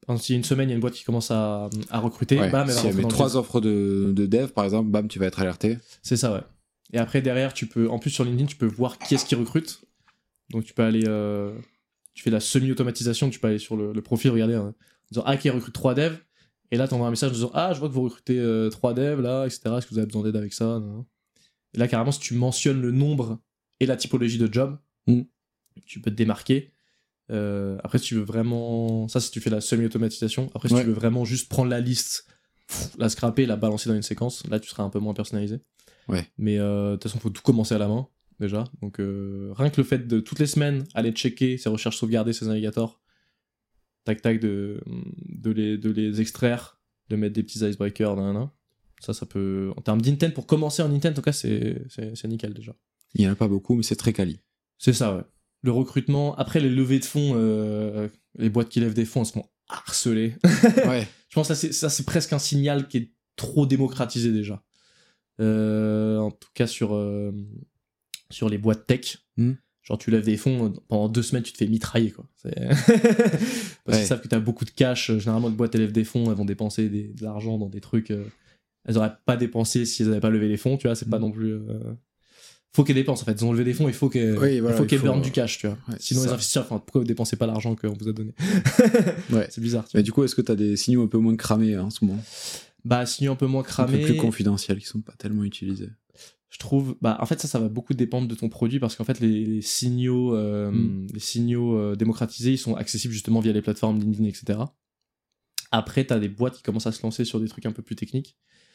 A: si une semaine il y a une boîte qui commence à, à recruter,
B: ouais,
A: bam, elle
B: si
A: va
B: elle met trois offres de, de dev par exemple, bam, tu vas être alerté.
A: C'est ça, ouais. Et après derrière, tu peux, en plus sur LinkedIn, tu peux voir qui est-ce qui recrute. Donc tu peux aller, euh, tu fais la semi-automatisation, tu peux aller sur le, le profil, regarder, hein, en disant ah qui recrute trois devs, et là t'envoies un message en disant ah je vois que vous recrutez euh, trois devs là, et cetera. Est-ce que vous avez besoin d'aide avec ça? Non. Et là carrément si tu mentionnes le nombre et la typologie de job, mm. tu peux te démarquer. Euh, après si tu veux vraiment, ça si tu fais la semi-automatisation, après si ouais. tu veux vraiment juste prendre la liste, pff, la scraper, la balancer dans une séquence, là tu seras un peu moins personnalisé.
B: Ouais.
A: Mais euh, de toute façon faut tout commencer à la main. Déjà, donc euh, rien que le fait de toutes les semaines aller checker ses recherches sauvegardées, ses navigateurs, tac tac, de, de, les, de les extraire, de mettre des petits icebreakers, nanana. Ça, ça peut. En termes d'intent, pour commencer en intent, en tout cas, c'est, c'est, c'est nickel déjà.
B: Il n'y en a pas beaucoup, mais c'est très quali.
A: C'est ça, ouais. Le recrutement, après les levées de fonds, euh, les boîtes qui lèvent des fonds, elles se font harceler.
B: Ouais.
A: Je pense que ça c'est, ça, c'est presque un signal qui est trop démocratisé déjà. Euh, en tout cas, sur. Euh, sur les boîtes tech, mm. genre tu lèves des fonds, pendant deux semaines tu te fais mitrailler quoi. C'est... Parce ouais. qu'ils savent que t'as beaucoup de cash, généralement les boîtes elles lèvent des fonds, elles vont dépenser des, de l'argent dans des trucs, euh... elles auraient pas dépensé si elles avaient pas levé les fonds, tu vois, c'est mm. pas non plus... Euh... Faut qu'elles dépensent en fait, elles ont levé des fonds, il faut qu'elles, oui, voilà, il faut qu'elles faut... burnent du cash, tu vois. Ouais, sinon les ça. investisseurs, enfin, pourquoi vous dépensez pas l'argent qu'on vous a donné?
B: Ouais.
A: C'est bizarre.
B: Mais du coup, est-ce que t'as des signaux un peu moins cramés hein, en ce moment?
A: Bah signaux un peu moins cramés...
B: Un peu plus confidentiels, qui sont pas tellement utilisés.
A: Je trouve, bah en fait ça, ça va beaucoup dépendre de ton produit parce qu'en fait les, les signaux, euh, mm. les signaux euh, démocratisés, ils sont accessibles justement via les plateformes LinkedIn, et cetera. Après, t'as des boîtes qui commencent à se lancer sur des trucs un peu plus techniques.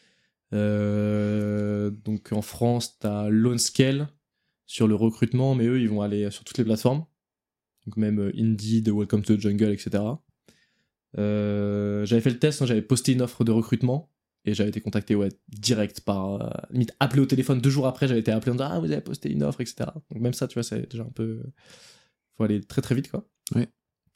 A: Euh, donc en France, t'as LoanScale sur le recrutement, mais eux, ils vont aller sur toutes les plateformes. Donc même Indeed, Welcome to the Jungle, et cetera. Euh, j'avais fait le test, hein, j'avais posté une offre de recrutement. Et j'avais été contacté ouais, direct par... Euh, limite, appelé au téléphone deux jours après, j'avais été appelé en disant « Ah, vous avez posté une offre, et cetera » Donc même ça, tu vois, c'est déjà un peu... Faut aller très très vite, quoi.
B: Ouais.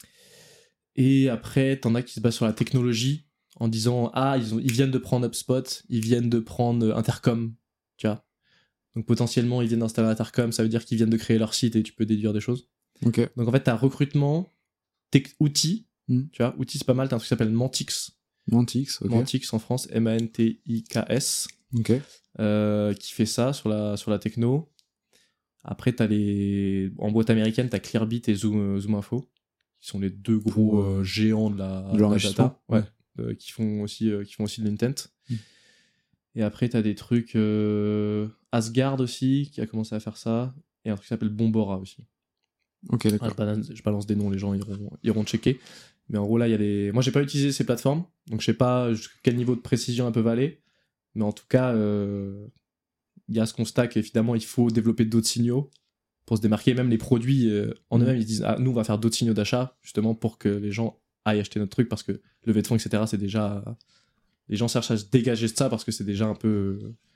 A: Et après, t'en as qui se basent sur la technologie, en disant « Ah, ils, ont, ils viennent de prendre HubSpot, ils viennent de prendre Intercom, tu vois. » Donc potentiellement, ils viennent d'installer Intercom, ça veut dire qu'ils viennent de créer leur site et tu peux déduire des choses.
B: Okay.
A: Donc en fait, t'as recrutement, tech, outils, mm. tu vois, outils c'est pas mal, t'as un truc qui s'appelle Mantix.
B: Mantix, ok.
A: Mantix en France, M A N T I K S,
B: okay.
A: euh, qui fait ça sur la, sur la techno. Après, t'as les... en boîte américaine, t'as Clearbit et Zoom, Zoom Info, qui sont les deux gros euh, géants de la, de la data, ouais, ouais. Euh, qui, font aussi, euh, qui font aussi de l'intent. Mm. Et après, t'as des trucs... Euh, Asgard aussi, qui a commencé à faire ça, et un truc qui s'appelle Bombora aussi.
B: Ok, d'accord.
A: Ah, je, balance, je balance des noms, les gens iront, iront checker. Mais en gros, là, il y a des... Moi, j'ai pas utilisé ces plateformes, donc je sais pas jusqu'à quel niveau de précision elles peuvent aller. Mais en tout cas, il euh, y a ce constat qu'évidemment, il faut développer d'autres signaux pour se démarquer. Même les produits, euh, en mmh. eux-mêmes, ils disent ah, nous, on va faire d'autres signaux d'achat, justement, pour que les gens aillent acheter notre truc, parce que levée de fonds, et cetera, c'est déjà... Les gens cherchent à se dégager de ça, parce que c'est déjà un peu...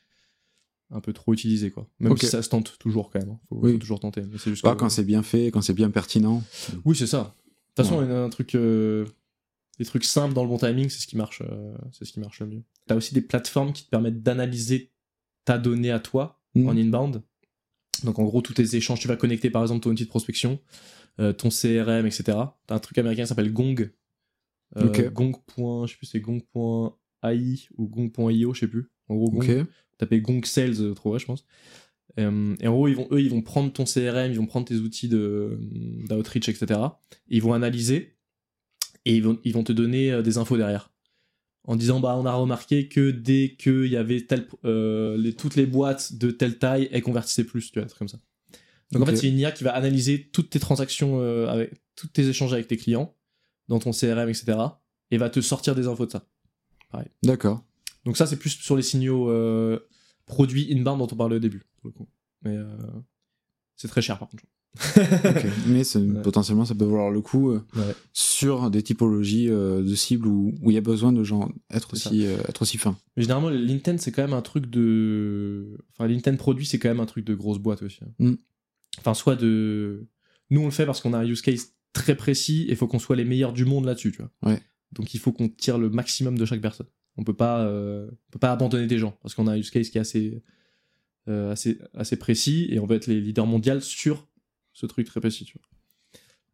A: un peu trop utilisé, quoi. Même okay. si ça se tente toujours, quand même. Hein. Faut, oui. faut toujours tenter. Mais c'est juste
B: bah,
A: que...
B: quand c'est bien fait, quand c'est bien pertinent.
A: Oui, c'est ça. De toute façon, ouais. il y a un truc, euh, des trucs simples dans le bon timing, c'est ce qui marche, euh, c'est ce qui marche le mieux. T'as aussi des plateformes qui te permettent d'analyser ta donnée à toi mmh. en inbound. Donc en gros, tous tes échanges, tu vas connecter par exemple ton outil de prospection, euh, ton C R M, et cetera. T'as un truc américain qui s'appelle Gong. Euh, okay. Gong. Je sais plus, c'est gong point a i ou gong point i o, je sais plus. En gros, Gong. Okay. Tapez Gong Sales, euh, trop ouais, je pense. Euh, et en gros, ils vont, eux, ils vont prendre ton C R M, ils vont prendre tes outils de, d'outreach, et cetera. Et ils vont analyser et ils vont, ils vont te donner euh, des infos derrière. En disant, bah, on a remarqué que dès qu'il y avait tel, euh, les, toutes les boîtes de telle taille, elles convertissaient plus, tu vois, un truc comme ça. Donc okay. en fait, c'est une I A qui va analyser toutes tes transactions, euh, avec, tous tes échanges avec tes clients, dans ton C R M, et cetera. Et va te sortir des infos de ça. Pareil.
B: D'accord.
A: Donc ça, c'est plus sur les signaux euh, produits inbound dont on parlait au début. Pour le coup. Mais euh, c'est très cher par contre.
B: Okay. Mais ouais. potentiellement ça peut valoir le coup euh,
A: ouais.
B: sur des typologies euh, de cibles où il y a besoin de gens être aussi, euh, être aussi fin.
A: Mais généralement l'intent c'est quand même un truc de... Enfin l'intent produit c'est quand même un truc de grosse boîte aussi. Hein. Mm. Enfin soit de... Nous on le fait parce qu'on a un use case très précis et il faut qu'on soit les meilleurs du monde là-dessus. Tu vois.
B: Ouais.
A: Donc il faut qu'on tire le maximum de chaque personne. On peut pas, euh, on peut pas abandonner des gens parce qu'on a un use case qui est assez... Euh, assez, assez précis et on veut être les leaders mondiaux sur ce truc très précis, tu vois.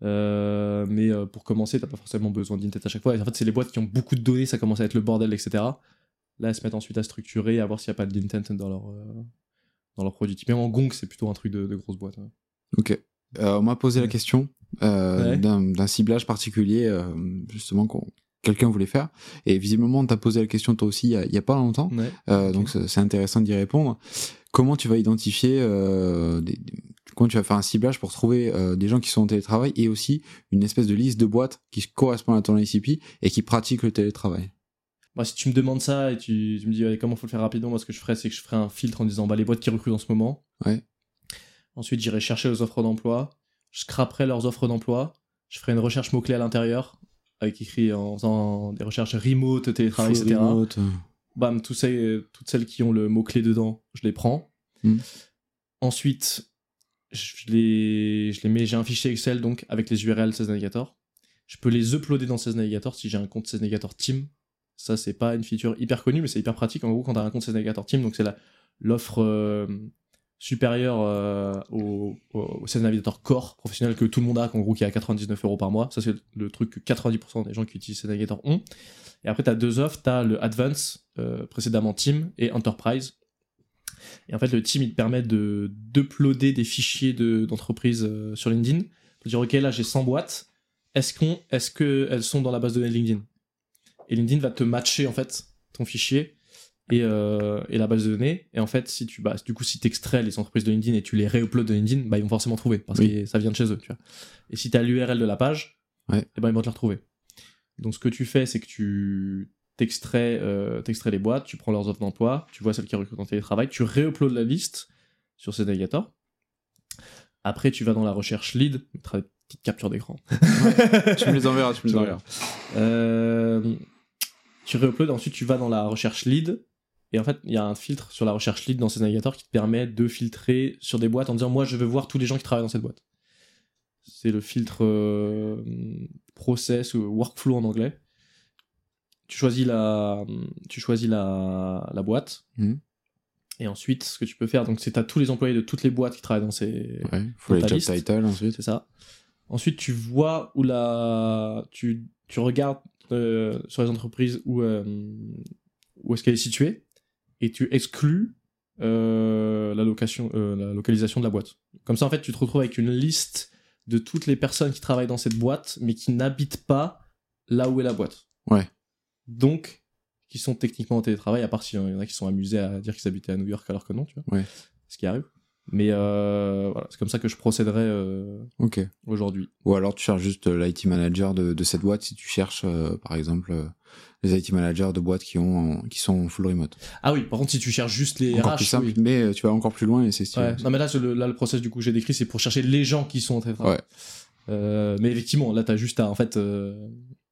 A: Euh, mais euh, pour commencer, t'as pas forcément besoin d'intent à chaque fois. Et en fait, c'est les boîtes qui ont beaucoup de données, ça commence à être le bordel, et cetera. Là, elles se mettent ensuite à structurer, à voir s'il n'y a pas d'intent dans leur, euh, dans leur produit. Mais en Gong, c'est plutôt un truc de, de grosse boîte. Ouais.
B: Ok. Euh, on m'a posé
A: ouais.
B: la question euh, ouais. d'un, d'un ciblage particulier, euh, justement, qu'on, quelqu'un voulait faire. Et visiblement, on t'a posé la question toi aussi il n'y a, a pas longtemps. Ouais. Euh, okay. Donc, c'est, c'est intéressant d'y répondre. Comment tu vas identifier, euh, des, des, comment tu vas faire un ciblage pour trouver euh, des gens qui sont en télétravail et aussi une espèce de liste de boîtes qui correspondent à ton I C P et qui pratiquent le télétravail?
A: Bah, si tu me demandes ça et tu, tu me dis allez, comment faut le faire rapidement, moi ce que je ferais c'est que je ferais un filtre en disant bah les boîtes qui recrutent en ce moment.
B: Ouais.
A: Ensuite j'irai chercher les offres d'emploi, je scraperai leurs offres d'emploi, je ferai une recherche mot-clé à l'intérieur avec écrit en faisant des recherches remote, télétravail, Full et cetera. Remote. Bam, tous ces, toutes celles qui ont le mot-clé dedans, je les prends. Mm. Ensuite, je les, je les mets, j'ai un fichier Excel donc avec les U R L Sales Navigator. Je peux les uploader dans Sales Navigator si j'ai un compte Sales Navigator Team. Ça, c'est pas une feature hyper connue, mais c'est hyper pratique. En gros, quand t'as un compte Sales Navigator Team, donc c'est la, l'offre euh, supérieure euh, au, au Sales Navigator Core professionnel que tout le monde a, qu'en gros, qui est à quatre-vingt-dix-neuf euros par mois. Ça, c'est le truc que quatre-vingt-dix pour cent des gens qui utilisent Sales Navigator ont. Et après, t'as deux offres. T'as le Advance, euh, précédemment Team, et Enterprise. Et en fait, le Team, il te permet de, d'uploader des fichiers de, d'entreprise euh, sur LinkedIn. Pour dire, OK, là, j'ai cent boîtes. Est-ce qu'on, est-ce qu'elles sont dans la base de données de LinkedIn? Et LinkedIn va te matcher en fait ton fichier et, euh, et la base de données. Et en fait, si tu, bah, du coup, si tu extrais les entreprises de LinkedIn et tu les réuploades de LinkedIn, bah, ils vont forcément trouver parce oui. que ça vient de chez eux. Tu vois. Et si tu as l'U R L de la page, ouais. eh ben, ils vont te la retrouver. Donc, ce que tu fais, c'est que tu t'extrais, euh, t'extrais les boîtes, tu prends leurs offres d'emploi, tu vois celles qui recrutent en télétravail, tu réuploades la liste sur Sales Navigator. Après, tu vas dans la recherche lead, tu feras des petites captures d'écran.
B: Ouais. Tu me les enverras, tu me les enverras.
A: Euh. Tu réuploades, ensuite tu vas dans la recherche lead, et en fait il y a un filtre sur la recherche lead dans Sales Navigator qui te permet de filtrer sur des boîtes en disant moi je veux voir tous les gens qui travaillent dans cette boîte. C'est le filtre euh, process ou workflow en anglais. Tu choisis la, tu choisis la, la boîte, mmh. et ensuite ce que tu peux faire, donc c'est t'as tous les employés de toutes les boîtes qui travaillent dans ces
B: ouais, faut les job titles ensuite.
A: C'est ça. Ensuite tu vois où la, tu, tu regardes Euh, sur les entreprises où, euh, où est-ce qu'elle est située, et tu exclus euh, la, location, euh, la localisation de la boîte. Comme ça, en fait, tu te retrouves avec une liste de toutes les personnes qui travaillent dans cette boîte, mais qui n'habitent pas là où est la boîte.
B: Ouais.
A: Donc, qui sont techniquement en télétravail, à part s'il y en a qui sont amusés à dire qu'ils habitaient à New York alors que non, tu vois.
B: Ouais.
A: Ce qui arrive. Mais euh, voilà, c'est comme ça que je procéderais euh,
B: okay.
A: aujourd'hui.
B: Ou alors tu cherches juste l'I T manager de, de cette boîte si tu cherches euh, par exemple euh, les I T managers de boîtes qui ont qui sont full remote.
A: Ah oui, par contre si tu cherches juste les
B: encore
A: R H,
B: plus simple,
A: oui.
B: mais tu vas encore plus loin et c'est stylé.
A: Ouais. Non mais là le, là le process du coup que j'ai décrit c'est pour chercher les gens qui sont en télétravail.
B: Ouais.
A: Euh, mais effectivement là t'as juste à en fait. Euh...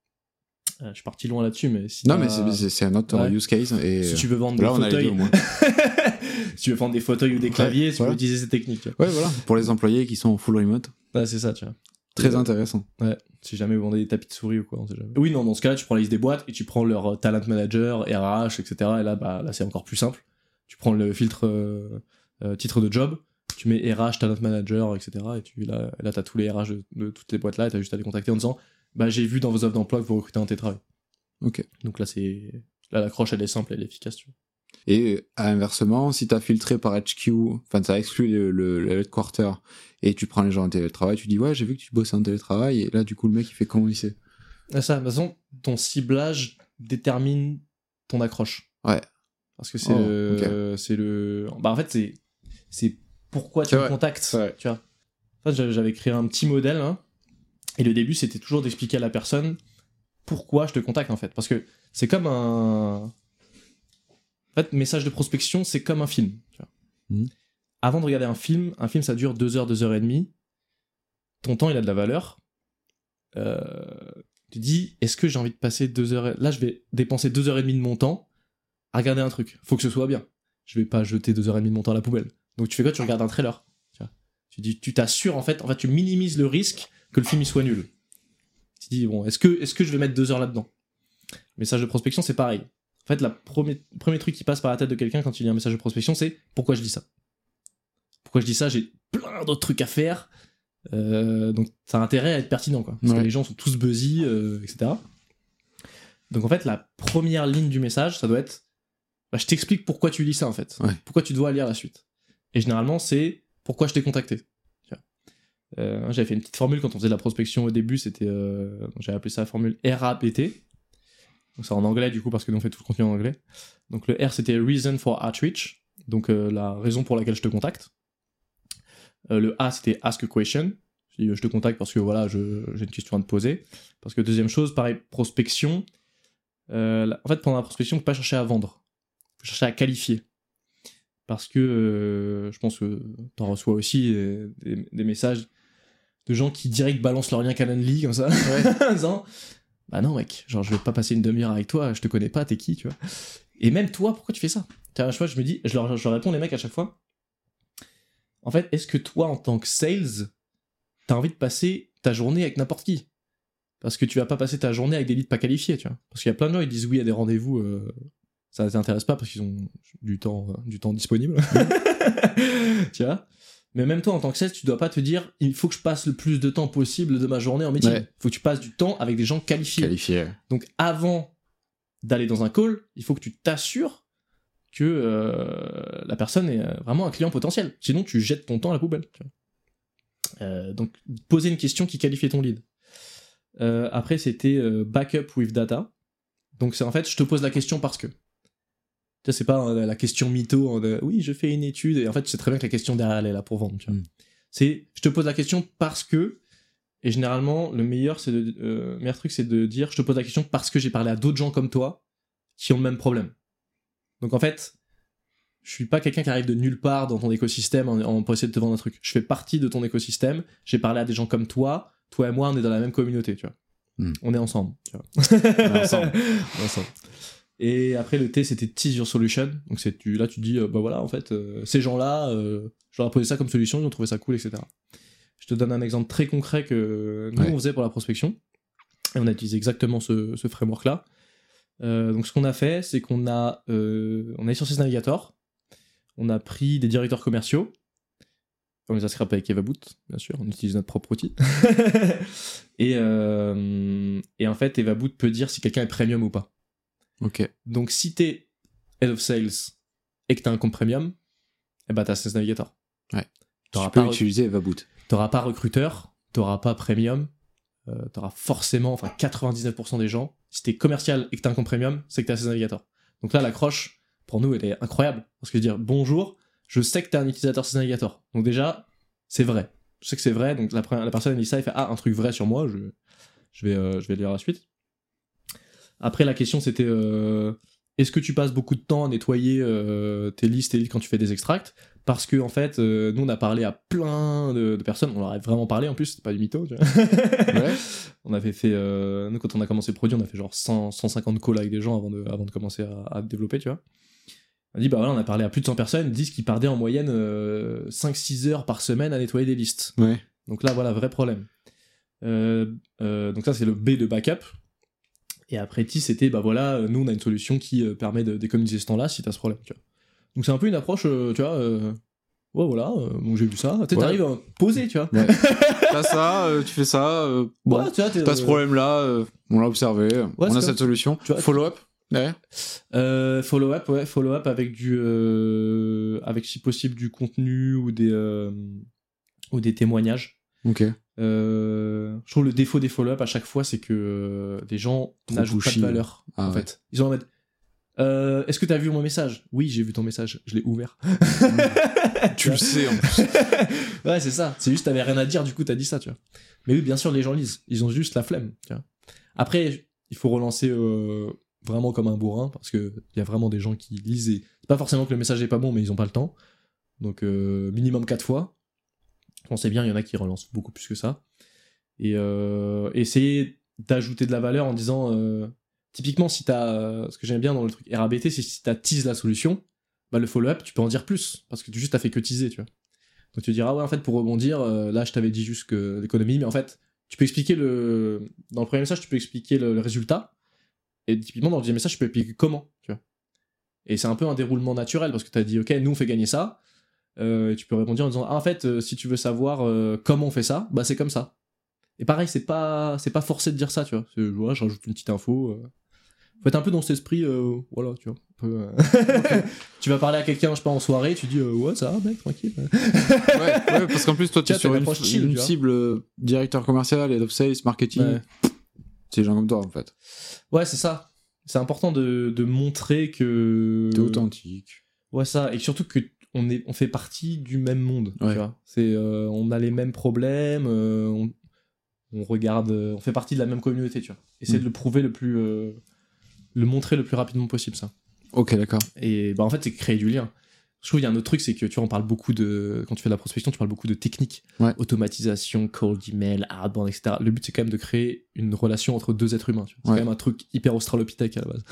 A: Je suis parti loin là-dessus, mais si
B: non mais c'est, c'est, c'est un autre ouais. use case et
A: si tu veux vendre
B: là,
A: des fauteuils, si tu veux vendre des fauteuils ou des claviers, ouais, si voilà. tu veux utiliser ces techniques. Tu vois.
B: Ouais voilà, pour les employés qui sont en full remote.
A: Ouais c'est ça tu vois.
B: Très euh, intéressant.
A: Ouais. Si jamais vous vendez des tapis de souris ou quoi, on sait jamais. Oui non dans ce cas-là tu prends la liste des boîtes et tu prends leur talent manager, R H, et cetera. Et là bah là c'est encore plus simple. Tu prends le filtre euh, euh, titre de job, tu mets R H, talent manager, et cetera. Et tu là là t'as tous les R H de, de toutes les boîtes là et t'as juste à les contacter en disant bah j'ai vu dans vos offres d'emploi que vous recrutez en télétravail.
B: Ok.
A: Donc là, c'est là l'accroche elle est simple, elle est efficace. Tu vois.
B: Et à inversement, si t'as filtré par H Q, enfin t'as exclu le, le, le headquarter et tu prends les gens en télétravail, tu dis ouais j'ai vu que tu bossais en télétravail et là du coup le mec il fait comment il sait.
A: Ça, de toute façon, ton ciblage détermine ton accroche.
B: Ouais.
A: Parce que c'est
B: oh,
A: le,
B: okay.
A: c'est le, bah en fait c'est c'est pourquoi tu
B: c'est
A: me contactes. Tu vois. En fait, j'avais, j'avais créé un petit modèle hein, et le début c'était toujours d'expliquer à la personne pourquoi je te contacte en fait, parce que c'est comme un en fait message de prospection c'est comme un film tu vois. Mmh. Avant de regarder un film un film ça dure deux heures deux heures et demie, ton temps il a de la valeur, euh, tu te dis est-ce que j'ai envie de passer deux heures et... là je vais dépenser deux heures et demie de mon temps à regarder un truc, faut que ce soit bien, je vais pas jeter deux heures et demie de mon temps à la poubelle, donc tu fais quoi, tu regardes un trailer tu vois. Tu dis tu t'assures en fait en fait tu minimises le risque que le film il soit nul. Tu dis bon, est-ce que est-ce que je vais mettre deux heures là-dedans? Message de prospection, c'est pareil. En fait, le premier, premier truc qui passe par la tête de quelqu'un quand il lit un message de prospection, c'est pourquoi je dis ça? Pourquoi je dis ça? J'ai plein d'autres trucs à faire. Euh, donc ça a intérêt à être pertinent, quoi. Parce
B: ouais.
A: que les gens sont tous buzzy, euh, et cetera. Donc en fait, la première ligne du message, ça doit être bah, je t'explique pourquoi tu lis ça, en fait.
B: Ouais.
A: Pourquoi tu dois lire la suite. Et généralement, c'est pourquoi je t'ai contacté. Tu vois. Euh, j'avais fait une petite formule quand on faisait de la prospection au début, c'était euh, j'avais appelé ça la formule R A P T. Donc c'est en anglais du coup parce que nous on fait tout le contenu en anglais. Donc le R c'était Reason for Outreach, donc euh, la raison pour laquelle je te contacte. Euh, le A c'était Ask a Question, je, dis, je te contacte parce que voilà je, j'ai une question à te poser. Parce que deuxième chose, pareil prospection. Euh, en fait pendant la prospection, faut pas chercher à vendre, faut chercher à qualifier. Parce que euh, je pense que t'en reçois aussi des, des, des messages de gens qui direct balancent leur lien Calendly comme ça, ouais. En disant bah non mec, genre je vais pas passer une demi-heure avec toi, je te connais pas, t'es qui, tu vois. Et même toi, pourquoi tu fais ça? À chaque fois je me dis, je leur, je leur réponds les mecs à chaque fois, en fait, est-ce que toi en tant que sales, t'as envie de passer ta journée avec n'importe qui? Parce que tu vas pas passer ta journée avec des leads pas qualifiés, tu vois. Parce qu'il y a plein de gens, ils disent oui à des rendez-vous, euh, ça ne t'intéresse pas parce qu'ils ont du temps, euh, du temps disponible, tu vois. Mais même toi, en tant que sales, tu dois pas te dire il faut que je passe le plus de temps possible de ma journée en meeting. Il ouais. faut que tu passes du temps avec des gens qualifiés.
B: Qualifiés.
A: Donc avant d'aller dans un call, il faut que tu t'assures que euh, la personne est vraiment un client potentiel. Sinon, tu jettes ton temps à la poubelle. Tu vois. Euh, donc, poser une question qui qualifie ton lead. Euh, après, c'était euh, backup with data. Donc, c'est en fait, je te pose la question parce que. Tu sais, c'est pas hein, la question mytho hein, de oui, je fais une étude. Et en fait, tu sais très bien que la question derrière, elle est là pour vendre. Tu vois. Mm. C'est je te pose la question parce que. Et généralement, le meilleur, c'est de, euh, meilleur truc, c'est de dire je te pose la question parce que j'ai parlé à d'autres gens comme toi qui ont le même problème. Donc en fait, je suis pas quelqu'un qui arrive de nulle part dans ton écosystème en, en pour essayer de te vendre un truc. Je fais partie de ton écosystème. J'ai parlé à des gens comme toi. Toi et moi, on est dans la même communauté, tu vois. Mm. On est ensemble. Tu vois. On est ensemble. On est ensemble. Et après le T, c'était Tease Your Solution. Donc c'est tu là tu dis euh, bah voilà en fait euh, ces gens-là, euh, je leur ai posé ça comme solution, ils ont trouvé ça cool, et cetera. Je te donne un exemple très concret que nous ouais. on faisait pour la prospection et on a utilisé exactement ce, ce framework-là. Euh, donc ce qu'on a fait, c'est qu'on a euh, on est sur Sales Navigator, on a pris des directeurs commerciaux, on les a scrapés avec EvaBoot, bien sûr, on utilise notre propre outil. et euh, et en fait EvaBoot peut dire si quelqu'un est premium ou pas.
B: Ok.
A: Donc si t'es head of sales et que t'as un compte premium, eh ben t'as Sales Navigator.
B: Ouais. T'auras tu peux pas utiliser EvaBoot.
A: T'auras pas recruteur, t'auras pas premium, euh, t'auras forcément, enfin quatre-vingt-dix-neuf pour cent des gens, si t'es commercial et que t'as un compte premium, c'est que t'as Sales Navigator. Donc là, l'accroche, pour nous, elle est incroyable. Parce que dire bonjour, je sais que t'es un utilisateur Sales Navigator. Donc déjà, c'est vrai. Je sais que c'est vrai, donc la, la personne elle dit ça, elle fait ah, un truc vrai sur moi, je, je, vais, euh, je vais lire la suite. Après, la question c'était euh, est-ce que tu passes beaucoup de temps à nettoyer euh, tes listes et leads quand tu fais des extracts? Parce que en fait, euh, nous on a parlé à plein de, de personnes, on leur a vraiment parlé en plus, c'est pas du mytho, tu vois. Ouais. On avait fait, euh, nous quand on a commencé le produit, on a fait genre cent, cent cinquante calls avec des gens avant de, avant de commencer à, à développer, tu vois. On a dit bah voilà, on a parlé à plus de cent personnes, ils disent qu'ils perdaient en moyenne euh, cinq six heures par semaine à nettoyer des listes.
B: Ouais.
A: Donc là voilà, vrai problème. Euh, euh, donc ça c'est le B de backup. Et après T, c'était, bah voilà, nous on a une solution qui euh, permet de d'économiser ce temps-là si t'as ce problème, tu vois. Donc c'est un peu une approche, euh, tu vois, euh, ouais voilà, euh, donc j'ai vu ça, tu sais, ouais. T'arrives à poser, tu vois. Ouais.
B: T'as ça, euh, tu fais ça, euh, bon, ouais, tu vois, t'as ce problème-là, euh, on l'a observé, ouais, on a cette solution. Follow-up ouais.
A: euh, Follow-up, ouais, follow-up avec du, euh, avec si possible du contenu ou des, euh, ou des témoignages.
B: Ok.
A: Euh, je trouve le défaut des follow-up à chaque fois, c'est que euh, des gens Trop n'ajoutent pushy. Pas de valeur. Ah, en ouais. fait, ils ont en mode euh, est-ce que t'as vu mon message? Oui, j'ai vu ton message, je l'ai ouvert.
B: Tu le sais en plus.
A: Ouais, c'est ça. C'est juste t'avais rien à dire, du coup t'as dit ça, tu vois. Mais oui, bien sûr, les gens lisent. Ils ont juste la flemme, tu vois. Après, il faut relancer euh, vraiment comme un bourrin parce que il y a vraiment des gens qui lisent et c'est pas forcément que le message est pas bon, mais ils ont pas le temps. Donc euh, minimum quatre fois. On sait bien, il y en a qui relancent beaucoup plus que ça. Et euh, essayer d'ajouter de la valeur en disant... Euh, typiquement, si t'as... Euh, ce que j'aime bien dans le truc R A B T, c'est si t'as tease la solution, bah le follow-up, tu peux en dire plus. Parce que tu juste t'as fait que teaser, tu vois. Donc tu diras, ouais, en fait, pour rebondir, euh, là, je t'avais dit juste que l'économie, mais en fait, tu peux expliquer le... Dans le premier message, tu peux expliquer le, le résultat. Et typiquement, dans le deuxième message, tu peux expliquer comment, tu vois. Et c'est un peu un déroulement naturel, parce que t'as dit, ok, nous, on fait gagner ça. Euh, et tu peux répondre en disant ah en fait euh, si tu veux savoir euh, comment on fait ça, bah c'est comme ça. Et pareil, c'est pas c'est pas forcé de dire ça, tu vois. C'est, voilà, je rajoute une petite info. Euh... Faut être un peu dans cet esprit, euh, voilà, tu vois. Un peu, euh... okay. Tu vas parler à quelqu'un, je sais pas, en soirée, tu dis euh, ouais ça va mec, tranquille.
B: ouais, ouais, parce qu'en plus toi tu es sur une, chill, une cible euh, directeur commercial, head of sales, marketing. Ouais. C'est des gens comme toi en fait.
A: Ouais, c'est ça. C'est important de, de montrer que
B: t'es authentique.
A: Ouais, ça, et surtout que on est on fait partie du même monde,
B: ouais.
A: tu vois. C'est euh, on a les mêmes problèmes, euh, on, on regarde, euh, on fait partie de la même communauté, tu vois. Essayer mmh. de le prouver le plus euh, le montrer le plus rapidement possible, ça.
B: Ok, d'accord.
A: Et bah en fait, c'est créer du lien. Je trouve qu'il y a un autre truc, c'est que tu vois, on parle beaucoup de, quand tu fais de la prospection, tu parles beaucoup de techniques,
B: ouais.
A: automatisation, cold email, outbound, et cetera. Le but, c'est quand même de créer une relation entre deux êtres humains. Tu vois. C'est
B: ouais.
A: quand même un truc hyper australopithèque à la base.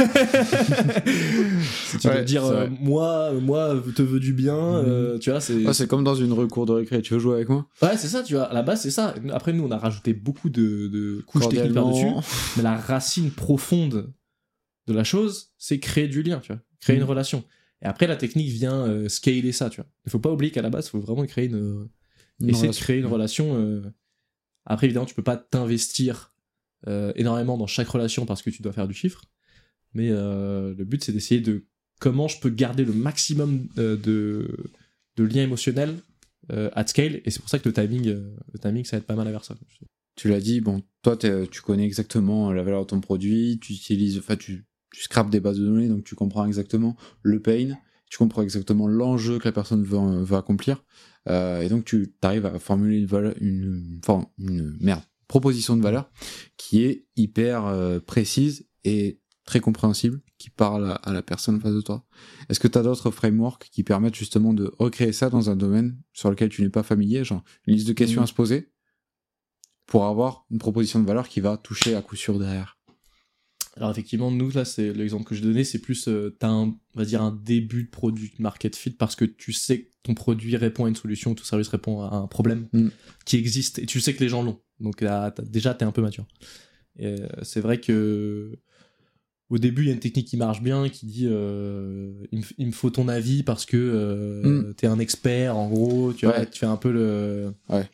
A: Si tu ouais, veux dire, euh, moi, moi, te veux du bien, mmh. euh, tu vois, c'est.
B: Ouais, c'est comme dans une recours de récré. Tu veux jouer avec moi ?
A: Ouais, c'est ça, tu vois. À la base, c'est ça. Après, nous, on a rajouté beaucoup de, de couches techniques par-dessus, mais la racine profonde de la chose, c'est créer du lien, tu vois, créer mmh. une relation. Et après, la technique vient euh, scaler ça, tu vois. Il faut pas oublier qu'à la base, il faut vraiment créer une... une essayer relation. de créer une relation. Euh... Après, évidemment, tu peux pas t'investir euh, énormément dans chaque relation parce que tu dois faire du chiffre. Mais euh, le but, c'est d'essayer de... Comment je peux garder le maximum euh, de... de liens émotionnels euh, at scale. Et c'est pour ça que le timing, euh, le timing, ça aide pas mal à vers ça.
B: Tu l'as dit, bon, toi, tu connais exactement la valeur de ton produit, tu utilises... Enfin, tu... tu scrapes des bases de données, donc tu comprends exactement le pain, tu comprends exactement l'enjeu que la personne veut, veut accomplir, euh, et donc tu arrives à formuler une, valeur, une, une, une merde, proposition de valeur qui est hyper euh, précise et très compréhensible, qui parle à, à la personne en face de toi. Est-ce que tu as d'autres frameworks qui permettent justement de recréer ça dans un domaine sur lequel tu n'es pas familier, genre une liste de questions mmh. à se poser, pour avoir une proposition de valeur qui va toucher à coup sûr derrière?
A: Alors effectivement, nous, là, c'est l'exemple que je donnais, c'est plus, euh, t'as un, on va dire, un début de produit market fit parce que tu sais que ton produit répond à une solution, ton service répond à un problème mm. qui existe et tu sais que les gens l'ont. Donc là, t'as, déjà, t'es un peu mature. Et, euh, c'est vrai que au début, il y a une technique qui marche bien, qui dit euh, il, me, il me faut ton avis parce que euh, mm. t'es un expert, en gros, tu vois,
B: ouais.
A: tu fais un peu le...
B: Ouais.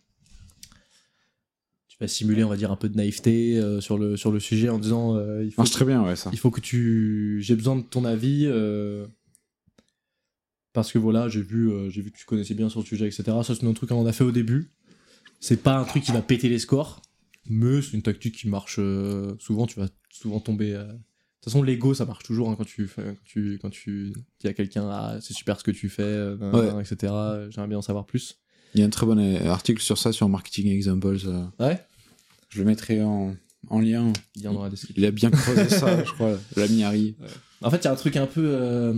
A: simuler, on va dire, un peu de naïveté euh, sur le sur le sujet en disant euh, il faut
B: marche très bien, ouais, ça.
A: Il faut que tu j'ai besoin de ton avis euh, parce que voilà, j'ai vu euh, j'ai vu que tu connaissais bien sur le sujet, etc. Ça, c'est un truc qu'on a fait au début. C'est pas un truc qui va péter les scores, mais c'est une tactique qui marche euh, souvent. Tu vas souvent tomber euh... de toute façon, l'ego, ça marche toujours, hein, quand tu fais, quand tu quand tu dis à quelqu'un ah c'est super ce que tu fais, euh,
B: ouais.
A: etc. J'aimerais bien en savoir plus.
B: Il y a un très bon article sur ça sur Marketing Examples. Euh...
A: Ouais.
B: Je le mettrai en, en lien.
A: Il, dans la description.
B: Il a bien creusé ça, je crois, l'ami Harry.
A: Ouais. En fait, il y a un truc un peu... Euh...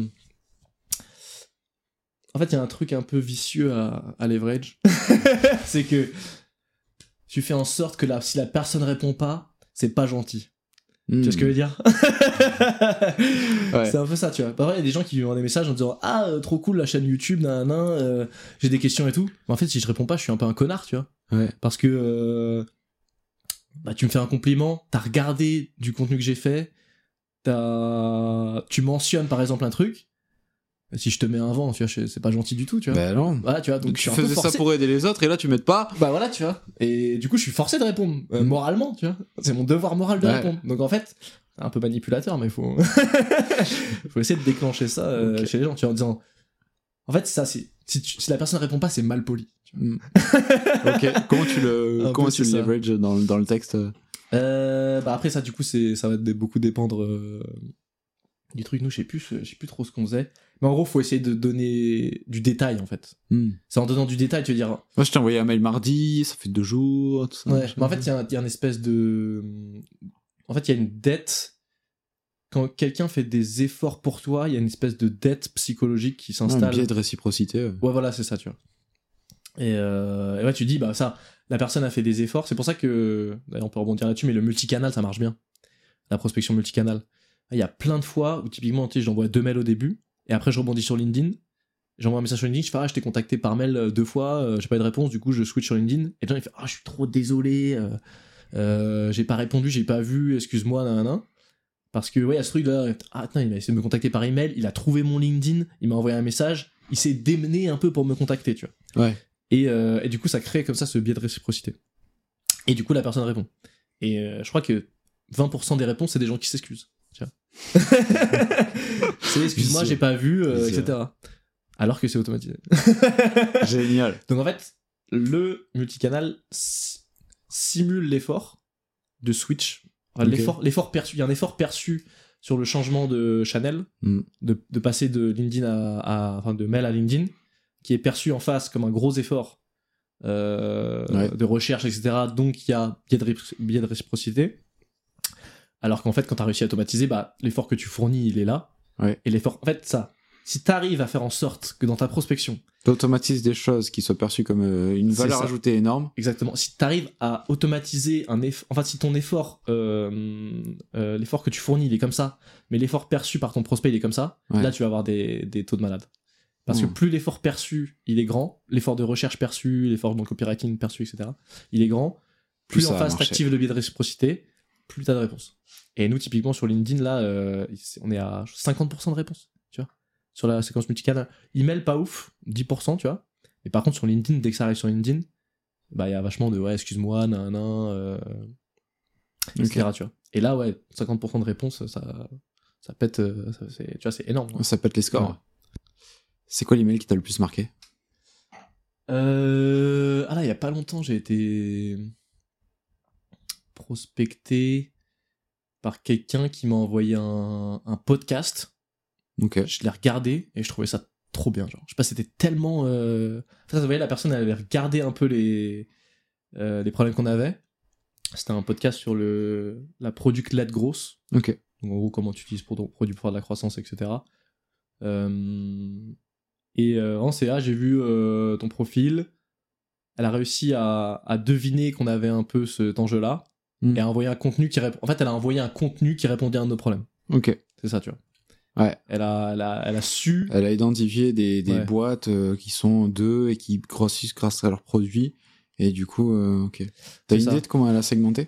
A: En fait, il y a un truc un peu vicieux à, à leverage. C'est que tu fais en sorte que la, si la personne répond pas, c'est pas gentil. Mmh. Tu vois ce que je veux dire? Ouais. C'est un peu ça, tu vois. Parfois, il y a des gens qui lui envoient des messages en disant ah, euh, trop cool la chaîne YouTube, nan, nan, euh, j'ai des questions et tout. Mais en fait, si je réponds pas, je suis un peu un connard, tu vois.
B: Ouais.
A: Parce que... Euh... Bah, tu me fais un compliment, t'as regardé du contenu que j'ai fait, t'as... tu mentionnes par exemple un truc, si je te mets un vent, tu vois, c'est pas gentil du tout, tu vois.
B: Bah non.
A: Voilà, tu vois, donc, donc
B: tu faisais ça pour aider les autres et là tu m'aides pas.
A: Bah voilà, tu vois. Et du coup, je suis forcé de répondre, euh, mmh. moralement, tu vois. C'est mon devoir moral de ouais. répondre. Donc en fait, c'est un peu manipulateur, mais faut, faut essayer de déclencher ça euh, okay. chez les gens, tu vois, en disant, en fait, ça, c'est si, tu... si la personne répond pas, c'est mal poli.
B: Mm. Ok, comment tu le, comment tu le leverage dans, dans le texte?
A: euh, Bah après ça, du coup, c'est, ça va beaucoup dépendre euh, du truc. Nous, je sais plus, je sais plus trop ce qu'on faisait. Mais en gros, faut essayer de donner du détail, en fait. Mm. C'est en donnant du détail, tu veux dire...
B: Moi, je t'ai envoyé un mail mardi, ça fait deux jours, tout ça.
A: Ouais, mais en fait, il y, y a une espèce de... En fait, il y a une dette... Quand quelqu'un fait des efforts pour toi, il y a une espèce de dette psychologique qui s'installe.
B: Ouais, un biais de réciprocité. Ouais,
A: ouais voilà, c'est ça, tu vois. Et, euh, et ouais, tu dis, bah ça, la personne a fait des efforts. C'est pour ça que, d'ailleurs, on peut rebondir là-dessus, mais le multicanal, ça marche bien. La prospection multicanal. Il y a plein de fois où, typiquement, tu sais, j'envoie deux mails au début, et après, je rebondis sur LinkedIn. J'envoie un message sur LinkedIn, je fais, ah, je t'ai contacté par mail deux fois, euh, j'ai pas eu de réponse, du coup, je switch sur LinkedIn. Et les gens, ils font, ah, je suis trop désolé, euh, euh, j'ai pas répondu, j'ai pas vu, excuse-moi, nanana. Parce que, ouais, il y a ce truc là, ah, attends, il a essayé de me contacter par email, il a trouvé mon LinkedIn, il m'a envoyé un message, il s'est démené un peu pour me contacter, tu vois.
B: Ouais.
A: Et, euh, et du coup, ça crée comme ça ce biais de réciprocité. Et du coup, la personne répond. Et euh, je crois que vingt pour cent des réponses, c'est des gens qui s'excusent. Tu vois. C'est excuse-moi, j'ai pas vu, euh, et cetera. Alors que c'est automatisé.
B: Génial.
A: Donc en fait, le multicanal si- simule l'effort de switch. Enfin,
B: Okay.
A: l'effort, l'effort perçu. Il y a un effort perçu sur le changement de channel,
B: mm.
A: de, de passer de LinkedIn à, à, enfin de mail à LinkedIn, qui est perçu en face comme un gros effort euh,
B: ouais.
A: de recherche, et cetera. Donc il y a biais de, ré- biais de réciprocité. Alors qu'en fait, quand tu as réussi à automatiser, bah, l'effort que tu fournis, il est là.
B: Ouais.
A: Et l'effort, en fait, ça, si tu arrives à faire en sorte que dans ta prospection,
B: tu automatises des choses qui soient perçues comme euh, une valeur ajoutée énorme.
A: Exactement. Si tu arrives à automatiser un effort, enfin, si ton effort, euh, euh, l'effort que tu fournis, il est comme ça, mais l'effort perçu par ton prospect, il est comme ça, ouais. Là, tu vas avoir des, des taux de malade. Parce mmh. que plus l'effort perçu, il est grand, l'effort de recherche perçu, l'effort de copywriting perçu, et cetera, il est grand, plus, plus en face, t'actives le biais de réciprocité, plus t'as de réponses. Et nous, typiquement, sur LinkedIn, là, euh, on est à cinquante pour cent de réponses, tu vois, sur la séquence multicanal. Email, pas ouf, dix pour cent, tu vois. Mais par contre, sur LinkedIn, dès que ça arrive sur LinkedIn, bah, il y a vachement de, ouais, excuse-moi, nan, nan, euh, et cetera, okay. Tu vois. Et là, ouais, cinquante pour cent de réponses, ça, ça pète, ça, c'est, tu vois, c'est énorme. Ouais.
B: Ça pète les scores. Ouais. C'est quoi l'email qui t'a le plus marqué?
A: euh... Ah là, il y a pas longtemps, j'ai été prospecté par quelqu'un qui m'a envoyé un, un podcast.
B: Ok.
A: Je l'ai regardé et je trouvais ça trop bien. Genre. Je sais pas, c'était tellement... Euh... Enfin, vous voyez, la personne, elle avait regardé un peu les, euh, les problèmes qu'on avait. C'était un podcast sur le... la product-led grosse.
B: Ok.
A: Donc, en gros, comment tu utilises pour ton produit pour faire de la croissance, et cetera. Euh... Et euh, en C A, j'ai vu euh, ton profil. Elle a réussi à, à deviner qu'on avait un peu cet enjeu-là. Mm. Et a envoyé un contenu qui répond. En fait, elle a envoyé un contenu qui répondait à un de nos problèmes.
B: Ok.
A: C'est ça, tu vois.
B: Ouais.
A: Elle a, elle a, elle a su.
B: Elle a identifié des, des
A: ouais.
B: boîtes euh, qui sont deux et qui grossissent grâce à leurs produits. Et du coup, euh, ok. T'as C'est une ça. idée de comment elle a segmenté?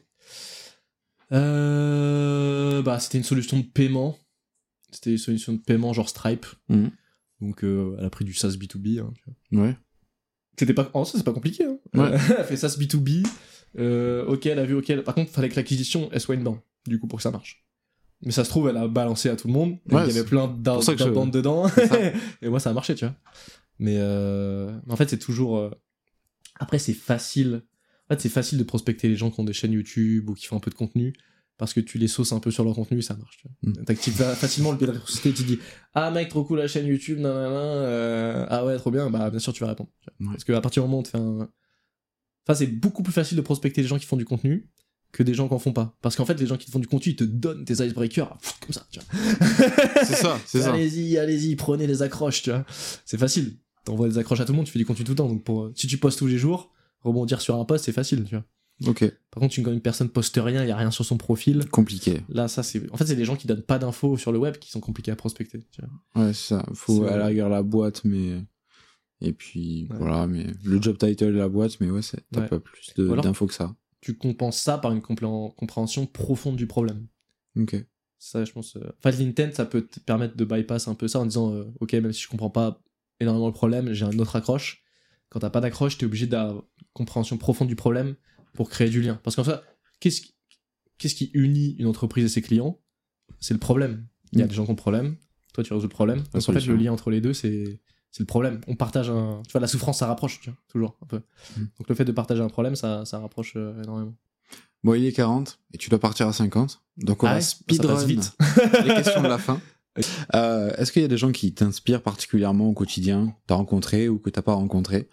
A: euh, Bah, c'était une solution de paiement. C'était une solution de paiement genre Stripe.
B: Mm.
A: Donc, euh, elle a pris du SaaS B deux B. Hein, tu vois.
B: Ouais.
A: C'était pas, en ça c'est pas compliqué. Hein.
B: Ouais.
A: Elle a fait SaaS B deux B. Euh, ok, elle a vu, ok. Par contre, il fallait que l'acquisition elle soit inbound, du coup, pour que ça marche. Mais ça se trouve, elle a balancé à tout le monde. Ouais, il y avait plein d'inbound je... dedans. Et moi, ça a marché, tu vois. Mais euh... en fait, c'est toujours. Euh... Après, c'est facile. En fait, c'est facile de prospecter les gens qui ont des chaînes YouTube ou qui font un peu de contenu. Parce que tu les sauces un peu sur leur contenu et ça marche. Tu vois. Mm. T'actives facilement le biais de réciprocité. Tu dis ah mec trop cool la chaîne YouTube, nanana, euh, ah ouais trop bien, bah bien sûr tu vas répondre. Tu vois. Ouais. Parce qu'à partir du moment où on te fait un, enfin c'est beaucoup plus facile de prospecter les gens qui font du contenu que des gens qui en font pas. Parce qu'en fait les gens qui te font du contenu ils te donnent des icebreakers comme ça. Tu vois.
B: C'est ça, c'est ça.
A: Allez-y, allez-y, prenez les accroches, tu vois. C'est facile. T'envoies des accroches à tout le monde, tu fais du contenu tout le temps. Donc pour si tu postes tous les jours, rebondir sur un post c'est facile, tu vois.
B: Ok.
A: Par contre, quand une personne poste rien, il y a rien sur son profil.
B: Compliqué.
A: Là, ça c'est. En fait, c'est des gens qui donnent pas d'infos sur le web qui sont compliqués à prospecter. Tu vois.
B: Ouais, c'est ça. Faut c'est à la rigueur la boîte, mais et puis ouais. Voilà, mais le job title de la boîte, mais ouais, c'est... t'as ouais. pas plus de... alors, d'infos que ça.
A: Tu compenses ça par une complé- compréhension profonde du problème.
B: Ok.
A: Ça, je pense. Euh... Enfin, l'intent, ça peut te permettre de bypass un peu ça en disant, euh, ok, même si je comprends pas énormément le problème, j'ai un autre accroche. Quand t'as pas d'accroche, t'es obligé d'avoir une compréhension profonde du problème pour créer du lien. Parce qu'en fait, qu'est-ce qui, qu'est-ce qui unit une entreprise et ses clients? C'est le problème. Il y a mmh. des gens qui ont le problème, toi tu résous le problème. Donc en fait, le lien entre les deux, c'est, c'est le problème. On partage un... Tu vois, la souffrance, ça rapproche, tu vois, toujours, un peu. Mmh. Donc le fait de partager un problème, ça, ça rapproche euh, énormément.
B: Bon, il est quarante, et tu dois partir à cinquante. Donc on ah va ouais, speedrun vite. Les questions de la fin. Euh, est-ce qu'il y a des gens qui t'inspirent particulièrement au quotidien, que t'as rencontré ou que t'as pas rencontré?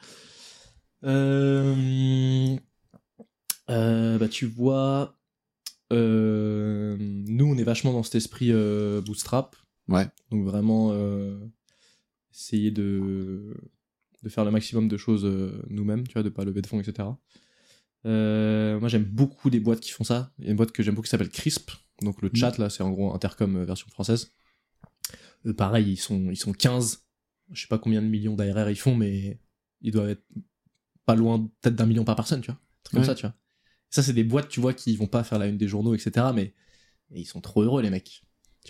A: Euh... Euh, bah tu vois, euh, nous on est vachement dans cet esprit euh, bootstrap.
B: Ouais.
A: Donc vraiment euh, essayer de de faire le maximum de choses euh, nous-mêmes, tu vois, de pas lever de fonds, et cetera. Euh, moi j'aime beaucoup des boîtes qui font ça. Il y a une boîte que j'aime beaucoup qui s'appelle Crisp. Donc le chat là, c'est en gros Intercom euh, version française. Euh, pareil, ils sont ils sont quinze. Je sais pas combien de millions d'A R R ils font, mais ils doivent être pas loin peut-être d'un million par personne, tu vois. Un truc ouais. Comme ça, tu vois. Ça, c'est des boîtes, tu vois, qui vont pas faire la une des journaux, et cetera. Mais, mais ils sont trop heureux, les mecs. Tu vois.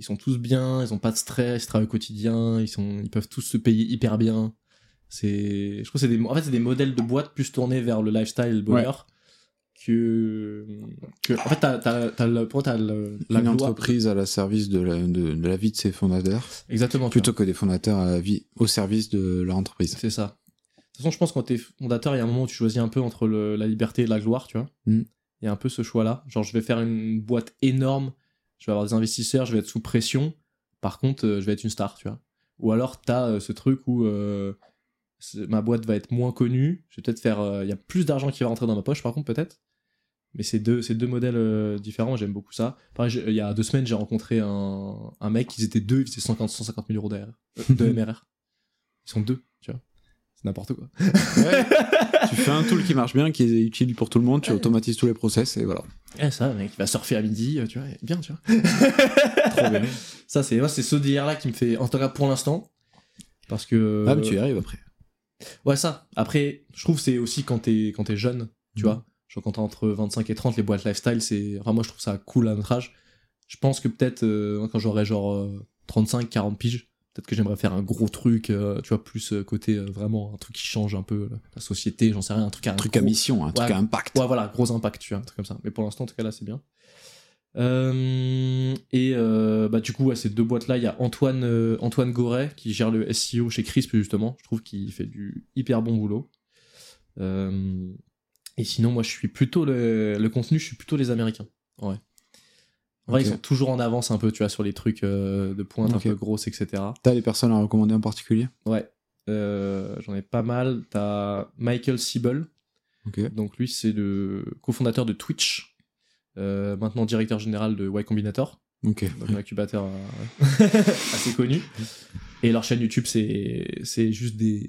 A: ils sont tous bien, ils ont pas de stress, ils travaillent au quotidien, ils sont, ils peuvent tous se payer hyper bien. C'est, je trouve que c'est des, en fait, c'est des modèles de boîtes plus tournés vers le lifestyle et le bonheur. Ouais. Que, que, en fait, t'as, t'as, t'as, le, t'as le,
B: la une gloire. Entreprise à la service de la, de, de la vie de ses fondateurs.
A: Exactement.
B: Plutôt que des fondateurs à la vie, au service de leur entreprise.
A: C'est ça. De toute façon, je pense que quand t'es fondateur, il y a un moment où tu choisis un peu entre le, la liberté et la gloire, tu vois. Mm. Il y a un peu ce choix-là. Genre, je vais faire une boîte énorme, je vais avoir des investisseurs, je vais être sous pression. Par contre, euh, je vais être une star, tu vois. Ou alors, t'as euh, ce truc où euh, ma boîte va être moins connue. Je vais peut-être faire. Il euh, y a plus d'argent qui va rentrer dans ma poche, par contre, peut-être. Mais c'est deux, c'est deux modèles euh, différents, j'aime beaucoup ça. Pareil, il y a deux semaines, j'ai rencontré un, un mec, ils étaient deux, ils faisaient cent cinquante mille euros d'A R, euh, de M R R. Ils sont deux, tu vois. C'est n'importe quoi.
B: Ouais. Tu fais un tool qui marche bien, qui est utile pour tout le monde, tu ouais. automatises tous les process et voilà.
A: Et ça, mec, il va surfer à midi, tu vois, bien, tu vois. Trop bien. Ça, c'est, moi, c'est ce D R-là qui me fait, en tout cas pour l'instant, parce que...
B: Ah, mais tu y arrives après.
A: Ouais, ça. Après, je trouve que c'est aussi quand t'es, quand t'es jeune, tu mmh. vois. Genre quand t'es entre vingt-cinq et trente, les boîtes lifestyle, c'est... Enfin, moi, je trouve ça cool à notre âge. Je pense que peut-être, euh, quand j'aurai genre euh, trente-cinq, quarante piges, peut-être que j'aimerais faire un gros truc, euh, tu vois, plus euh, côté euh, vraiment un truc qui change un peu la société, j'en sais rien, un truc à...
B: Un truc gros... à mission, un ouais, truc à impact.
A: Ouais, voilà, gros impact, tu vois, un truc comme ça. Mais pour l'instant, en tout cas, là, c'est bien. Euh, et euh, bah du coup, ouais, ces deux boîtes-là, il y a Antoine, euh, Antoine Goret, qui gère le S E O chez Crisp, justement. Je trouve qu'il fait du hyper bon boulot. Euh... Et sinon, moi, je suis plutôt le, le contenu, je suis plutôt les Américains. Ouais. En vrai, okay. Ils sont toujours en avance un peu, tu vois, sur les trucs euh, de pointe okay. un peu grosses, et cetera.
B: T'as des personnes à recommander en particulier ?
A: Ouais. Euh, j'en ai pas mal. T'as Michael Siebel.
B: Okay.
A: Donc, lui, c'est le cofondateur de Twitch. Euh, maintenant directeur général de Y Combinator.
B: Okay.
A: Donc, un incubateur euh, assez connu. Et leur chaîne YouTube, c'est, c'est juste des...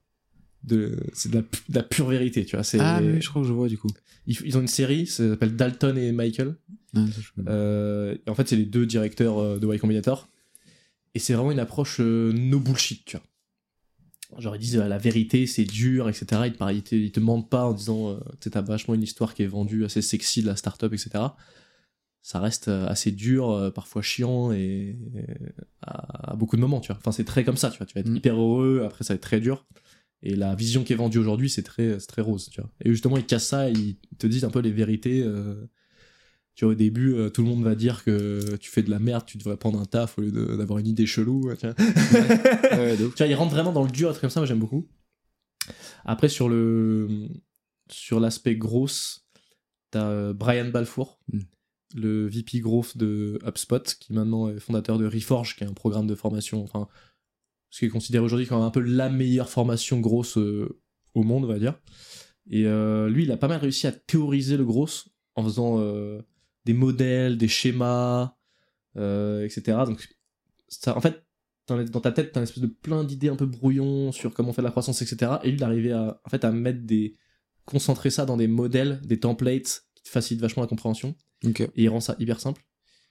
A: De, c'est de la, de la pure vérité, tu vois. C'est,
B: ah oui, je crois que je vois du coup.
A: Ils, ils ont une série, ça s'appelle Dalton et Michael.
B: Ah, ça, je
A: euh, et en fait, c'est les deux directeurs de Y Combinator. Et c'est vraiment une approche euh, no bullshit, tu vois. Genre, ils disent euh, la vérité, c'est dur, et cetera. Ils te, ils te, ils te mentent pas en disant, euh, tu sais, t'as vachement une histoire qui est vendue assez sexy de la startup, et cetera. Ça reste euh, assez dur, euh, parfois chiant, et, et à, à beaucoup de moments, tu vois. Enfin, c'est très comme ça, tu vois. Tu vas être mm. hyper heureux, après, ça va être très dur. Et la vision qui est vendue aujourd'hui, c'est très, c'est très rose, tu vois. Et justement, ils cassent ça, ils te disent un peu les vérités. Euh, tu vois, au début, euh, tout le monde va dire que tu fais de la merde, tu devrais prendre un taf au lieu de, d'avoir une idée chelou, tu vois. Ouais. Ouais, tu vois, ils rentrent vraiment dans le dur, un truc comme ça, moi j'aime beaucoup. Après, sur le, sur l'aspect grosse, t'as Brian Balfour, mm. le V P Growth de HubSpot, qui maintenant est fondateur de Reforge, qui est un programme de formation, enfin, ce qui est considéré aujourd'hui comme un peu la meilleure formation grosse euh, au monde, on va dire. Et euh, lui, il a pas mal réussi à théoriser le gross en faisant euh, des modèles, des schémas, euh, et cetera. Donc, ça, en fait, dans ta tête, t'as une espèce de plein d'idées un peu brouillon sur comment faire de la croissance, et cetera. Et lui, il arrivait à, en fait, à mettre des... concentrer ça dans des modèles, des templates qui te facilitent vachement la compréhension.
B: Okay.
A: Et il rend ça hyper simple.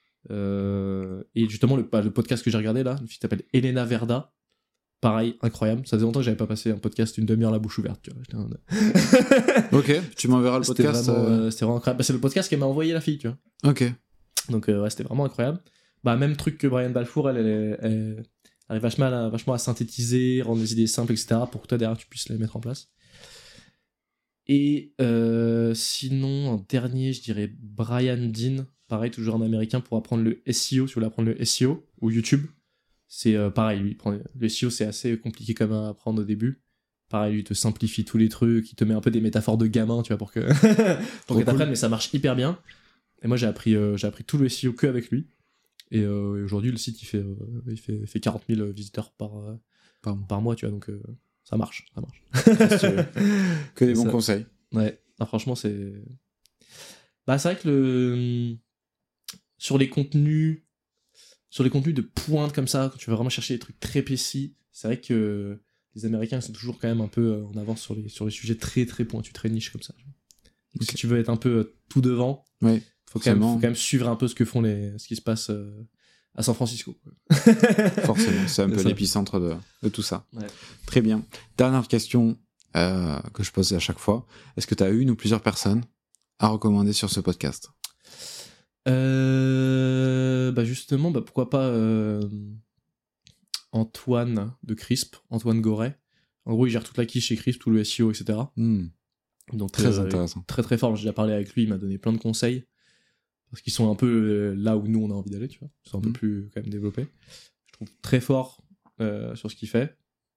A: Euh, et justement, le, le podcast que j'ai regardé là, une fille qui s'appelle Elena Verda, pareil, incroyable. Ça faisait longtemps que j'avais pas passé un podcast une demi-heure la bouche ouverte, tu vois.
B: Ok, tu m'enverras le
A: c'était
B: podcast.
A: Vraiment,
B: euh...
A: euh, c'était vraiment incroyable. Bah, c'est le podcast qu'elle m'a envoyé, la fille, tu vois.
B: Ok.
A: Donc, euh, ouais, c'était vraiment incroyable. Bah, même truc que Brian Balfour, elle, elle, elle, elle arrive vachement à, vachement à synthétiser, rendre les idées simples, et cetera, pour que toi, derrière, tu puisses les mettre en place. Et euh, sinon, en dernier, je dirais Brian Dean, pareil, toujours un américain, pour apprendre le S E O, si vous voulez apprendre le S E O, ou YouTube. C'est euh, pareil, lui, le S E O, c'est assez compliqué quand même à apprendre au début. Pareil, lui, il te simplifie tous les trucs, il te met un peu des métaphores de gamin, tu vois, pour que, pour que t'apprennes, cool. Mais ça marche hyper bien. Et moi, j'ai appris, euh, j'ai appris tout le S E O que avec lui. Et euh, aujourd'hui, le site, il fait, euh, il fait, il fait quarante mille visiteurs par, euh, par, par mois, tu vois, donc euh, ça marche, ça marche.
B: Que des bons
A: ça,
B: conseils.
A: Ouais, non, franchement, c'est... Bah, c'est vrai que le... sur les contenus... Sur les contenus de pointe comme ça, quand tu vas vraiment chercher des trucs très précis, c'est vrai que les Américains sont toujours quand même un peu en avance sur les, sur les sujets très très pointus, très niches comme ça. Donc, okay. Si tu veux être un peu tout devant,
B: ouais,
A: faut, quand même, faut quand même suivre un peu ce que font les, ce qui se passe à San Francisco.
B: Forcément, c'est un peu l'épicentre de, de tout ça.
A: Ouais.
B: Très bien. Dernière question euh, que je pose à chaque fois. Est-ce que tu as une ou plusieurs personnes à recommander sur ce podcast ?
A: euh, Bah justement, bah pourquoi pas euh, Antoine de Crisp, Antoine Goret. En gros, il gère toute la quiche chez Crisp, tout le S E O, et cetera.
B: Mm.
A: Donc
B: très
A: euh,
B: intéressant.
A: Très très fort. J'ai déjà parlé avec lui, il m'a donné plein de conseils. Parce qu'ils sont un peu euh, là où nous on a envie d'aller, tu vois. Ils sont un mm. peu plus quand même développés. Je trouve très fort euh, sur ce qu'il fait.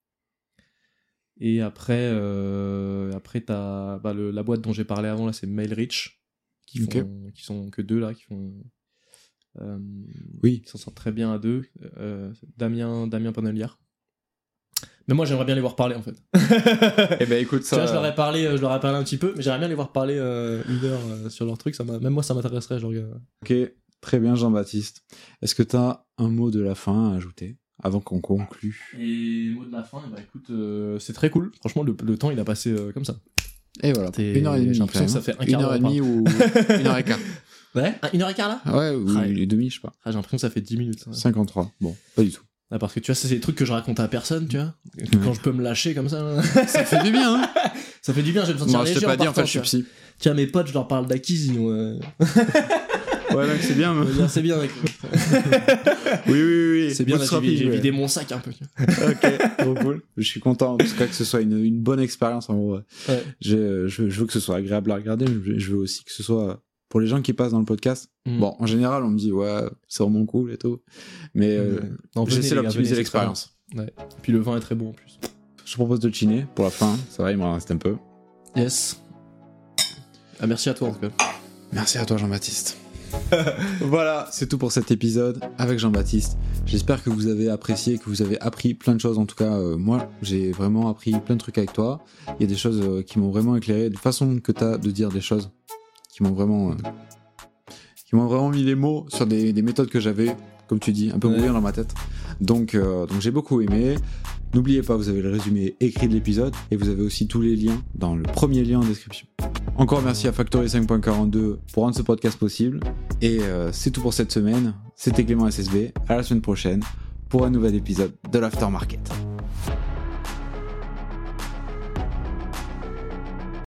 A: Et après, euh, après t'as bah, le, la boîte dont j'ai parlé avant, là, c'est MailRich, qui, font, okay. qui sont que deux là, qui font. Euh,
B: oui.
A: Qui s'en sortent très bien à deux. Euh, Damien, Damien Panelière. Mais moi j'aimerais bien les voir parler en fait.
B: Eh ben écoute ça.
A: Tu vois, je leur ai parlé, je leur ai parlé un petit peu, mais j'aimerais bien les voir parler euh, une heure euh, sur leur truc. Ça m'a, même moi ça m'intéresserait. Genre.
B: Ok, très bien Jean-Baptiste. Est-ce que t'as un mot de la fin à ajouter avant qu'on conclue?
A: Et mot de la fin, bah écoute, euh, c'est très cool. Franchement, le, le temps il a passé euh, comme ça.
B: Et voilà.
A: T'es...
B: Une heure et demie.
A: J'ai l'impression que ça fait un quart
B: d'heure. Une heure et demie ou une heure et quart.
A: Ouais, une heure et quart là.
B: Ouais, ou ah, une demi, je sais pas.
A: Ah, j'ai l'impression que ça fait dix minutes. Ouais.
B: cinquante-trois. Bon, pas du tout.
A: Ah, parce que tu vois, c'est des trucs que je raconte à personne, tu vois. Quand ouais. je peux me lâcher comme ça.
B: Ça fait du bien, hein.
A: Ça fait du bien, je vais me sentir
B: Moi,
A: léger.
B: Je t'ai pas
A: en
B: dit,
A: partant,
B: en fait, je suis psy.
A: Tiens, mes potes, je leur parle d'Acquis, ils ont. Euh...
B: ouais, donc c'est bien, mais...
A: bien, c'est bien, mec.
B: oui, oui, oui.
A: C'est bien, là, j'ai, j'ai ouais. vidé mon sac un peu.
B: Ok, trop cool. Je suis content, en tout cas, que ce soit une, une bonne expérience, en gros. Ouais. Je, je, je veux que ce soit agréable à regarder, mais je veux aussi que ce soit. Pour les gens qui passent dans le podcast, mmh. bon, en général, on me dit, ouais, c'est vraiment cool et tout. Mais euh, mmh. non, j'essaie d'optimiser l'expérience.
A: Ouais. Puis le vin est très bon en plus.
B: Je propose de chiner pour la fin. Ça va, il m'en reste un peu.
A: Yes. Ah, merci à toi en tout cas.
B: Merci à toi, Jean-Baptiste. Voilà, c'est tout pour cet épisode avec Jean-Baptiste. J'espère que vous avez apprécié, que vous avez appris plein de choses. En tout cas, euh, moi, j'ai vraiment appris plein de trucs avec toi. Il y a des choses euh, qui m'ont vraiment éclairé, des façons que tu as de dire des choses. qui m'ont vraiment euh, qui m'ont vraiment mis les mots sur des, des méthodes que j'avais, comme tu dis, un peu brouillées ouais. dans ma tête. Donc, euh, donc j'ai beaucoup aimé. N'oubliez pas, vous avez le résumé écrit de l'épisode et vous avez aussi tous les liens dans le premier lien en description. Encore merci à Factory cinq point quarante-deux pour rendre ce podcast possible. Et euh, c'est tout pour cette semaine. C'était Clément S S B. À la semaine prochaine pour un nouvel épisode de l'Aftermarket.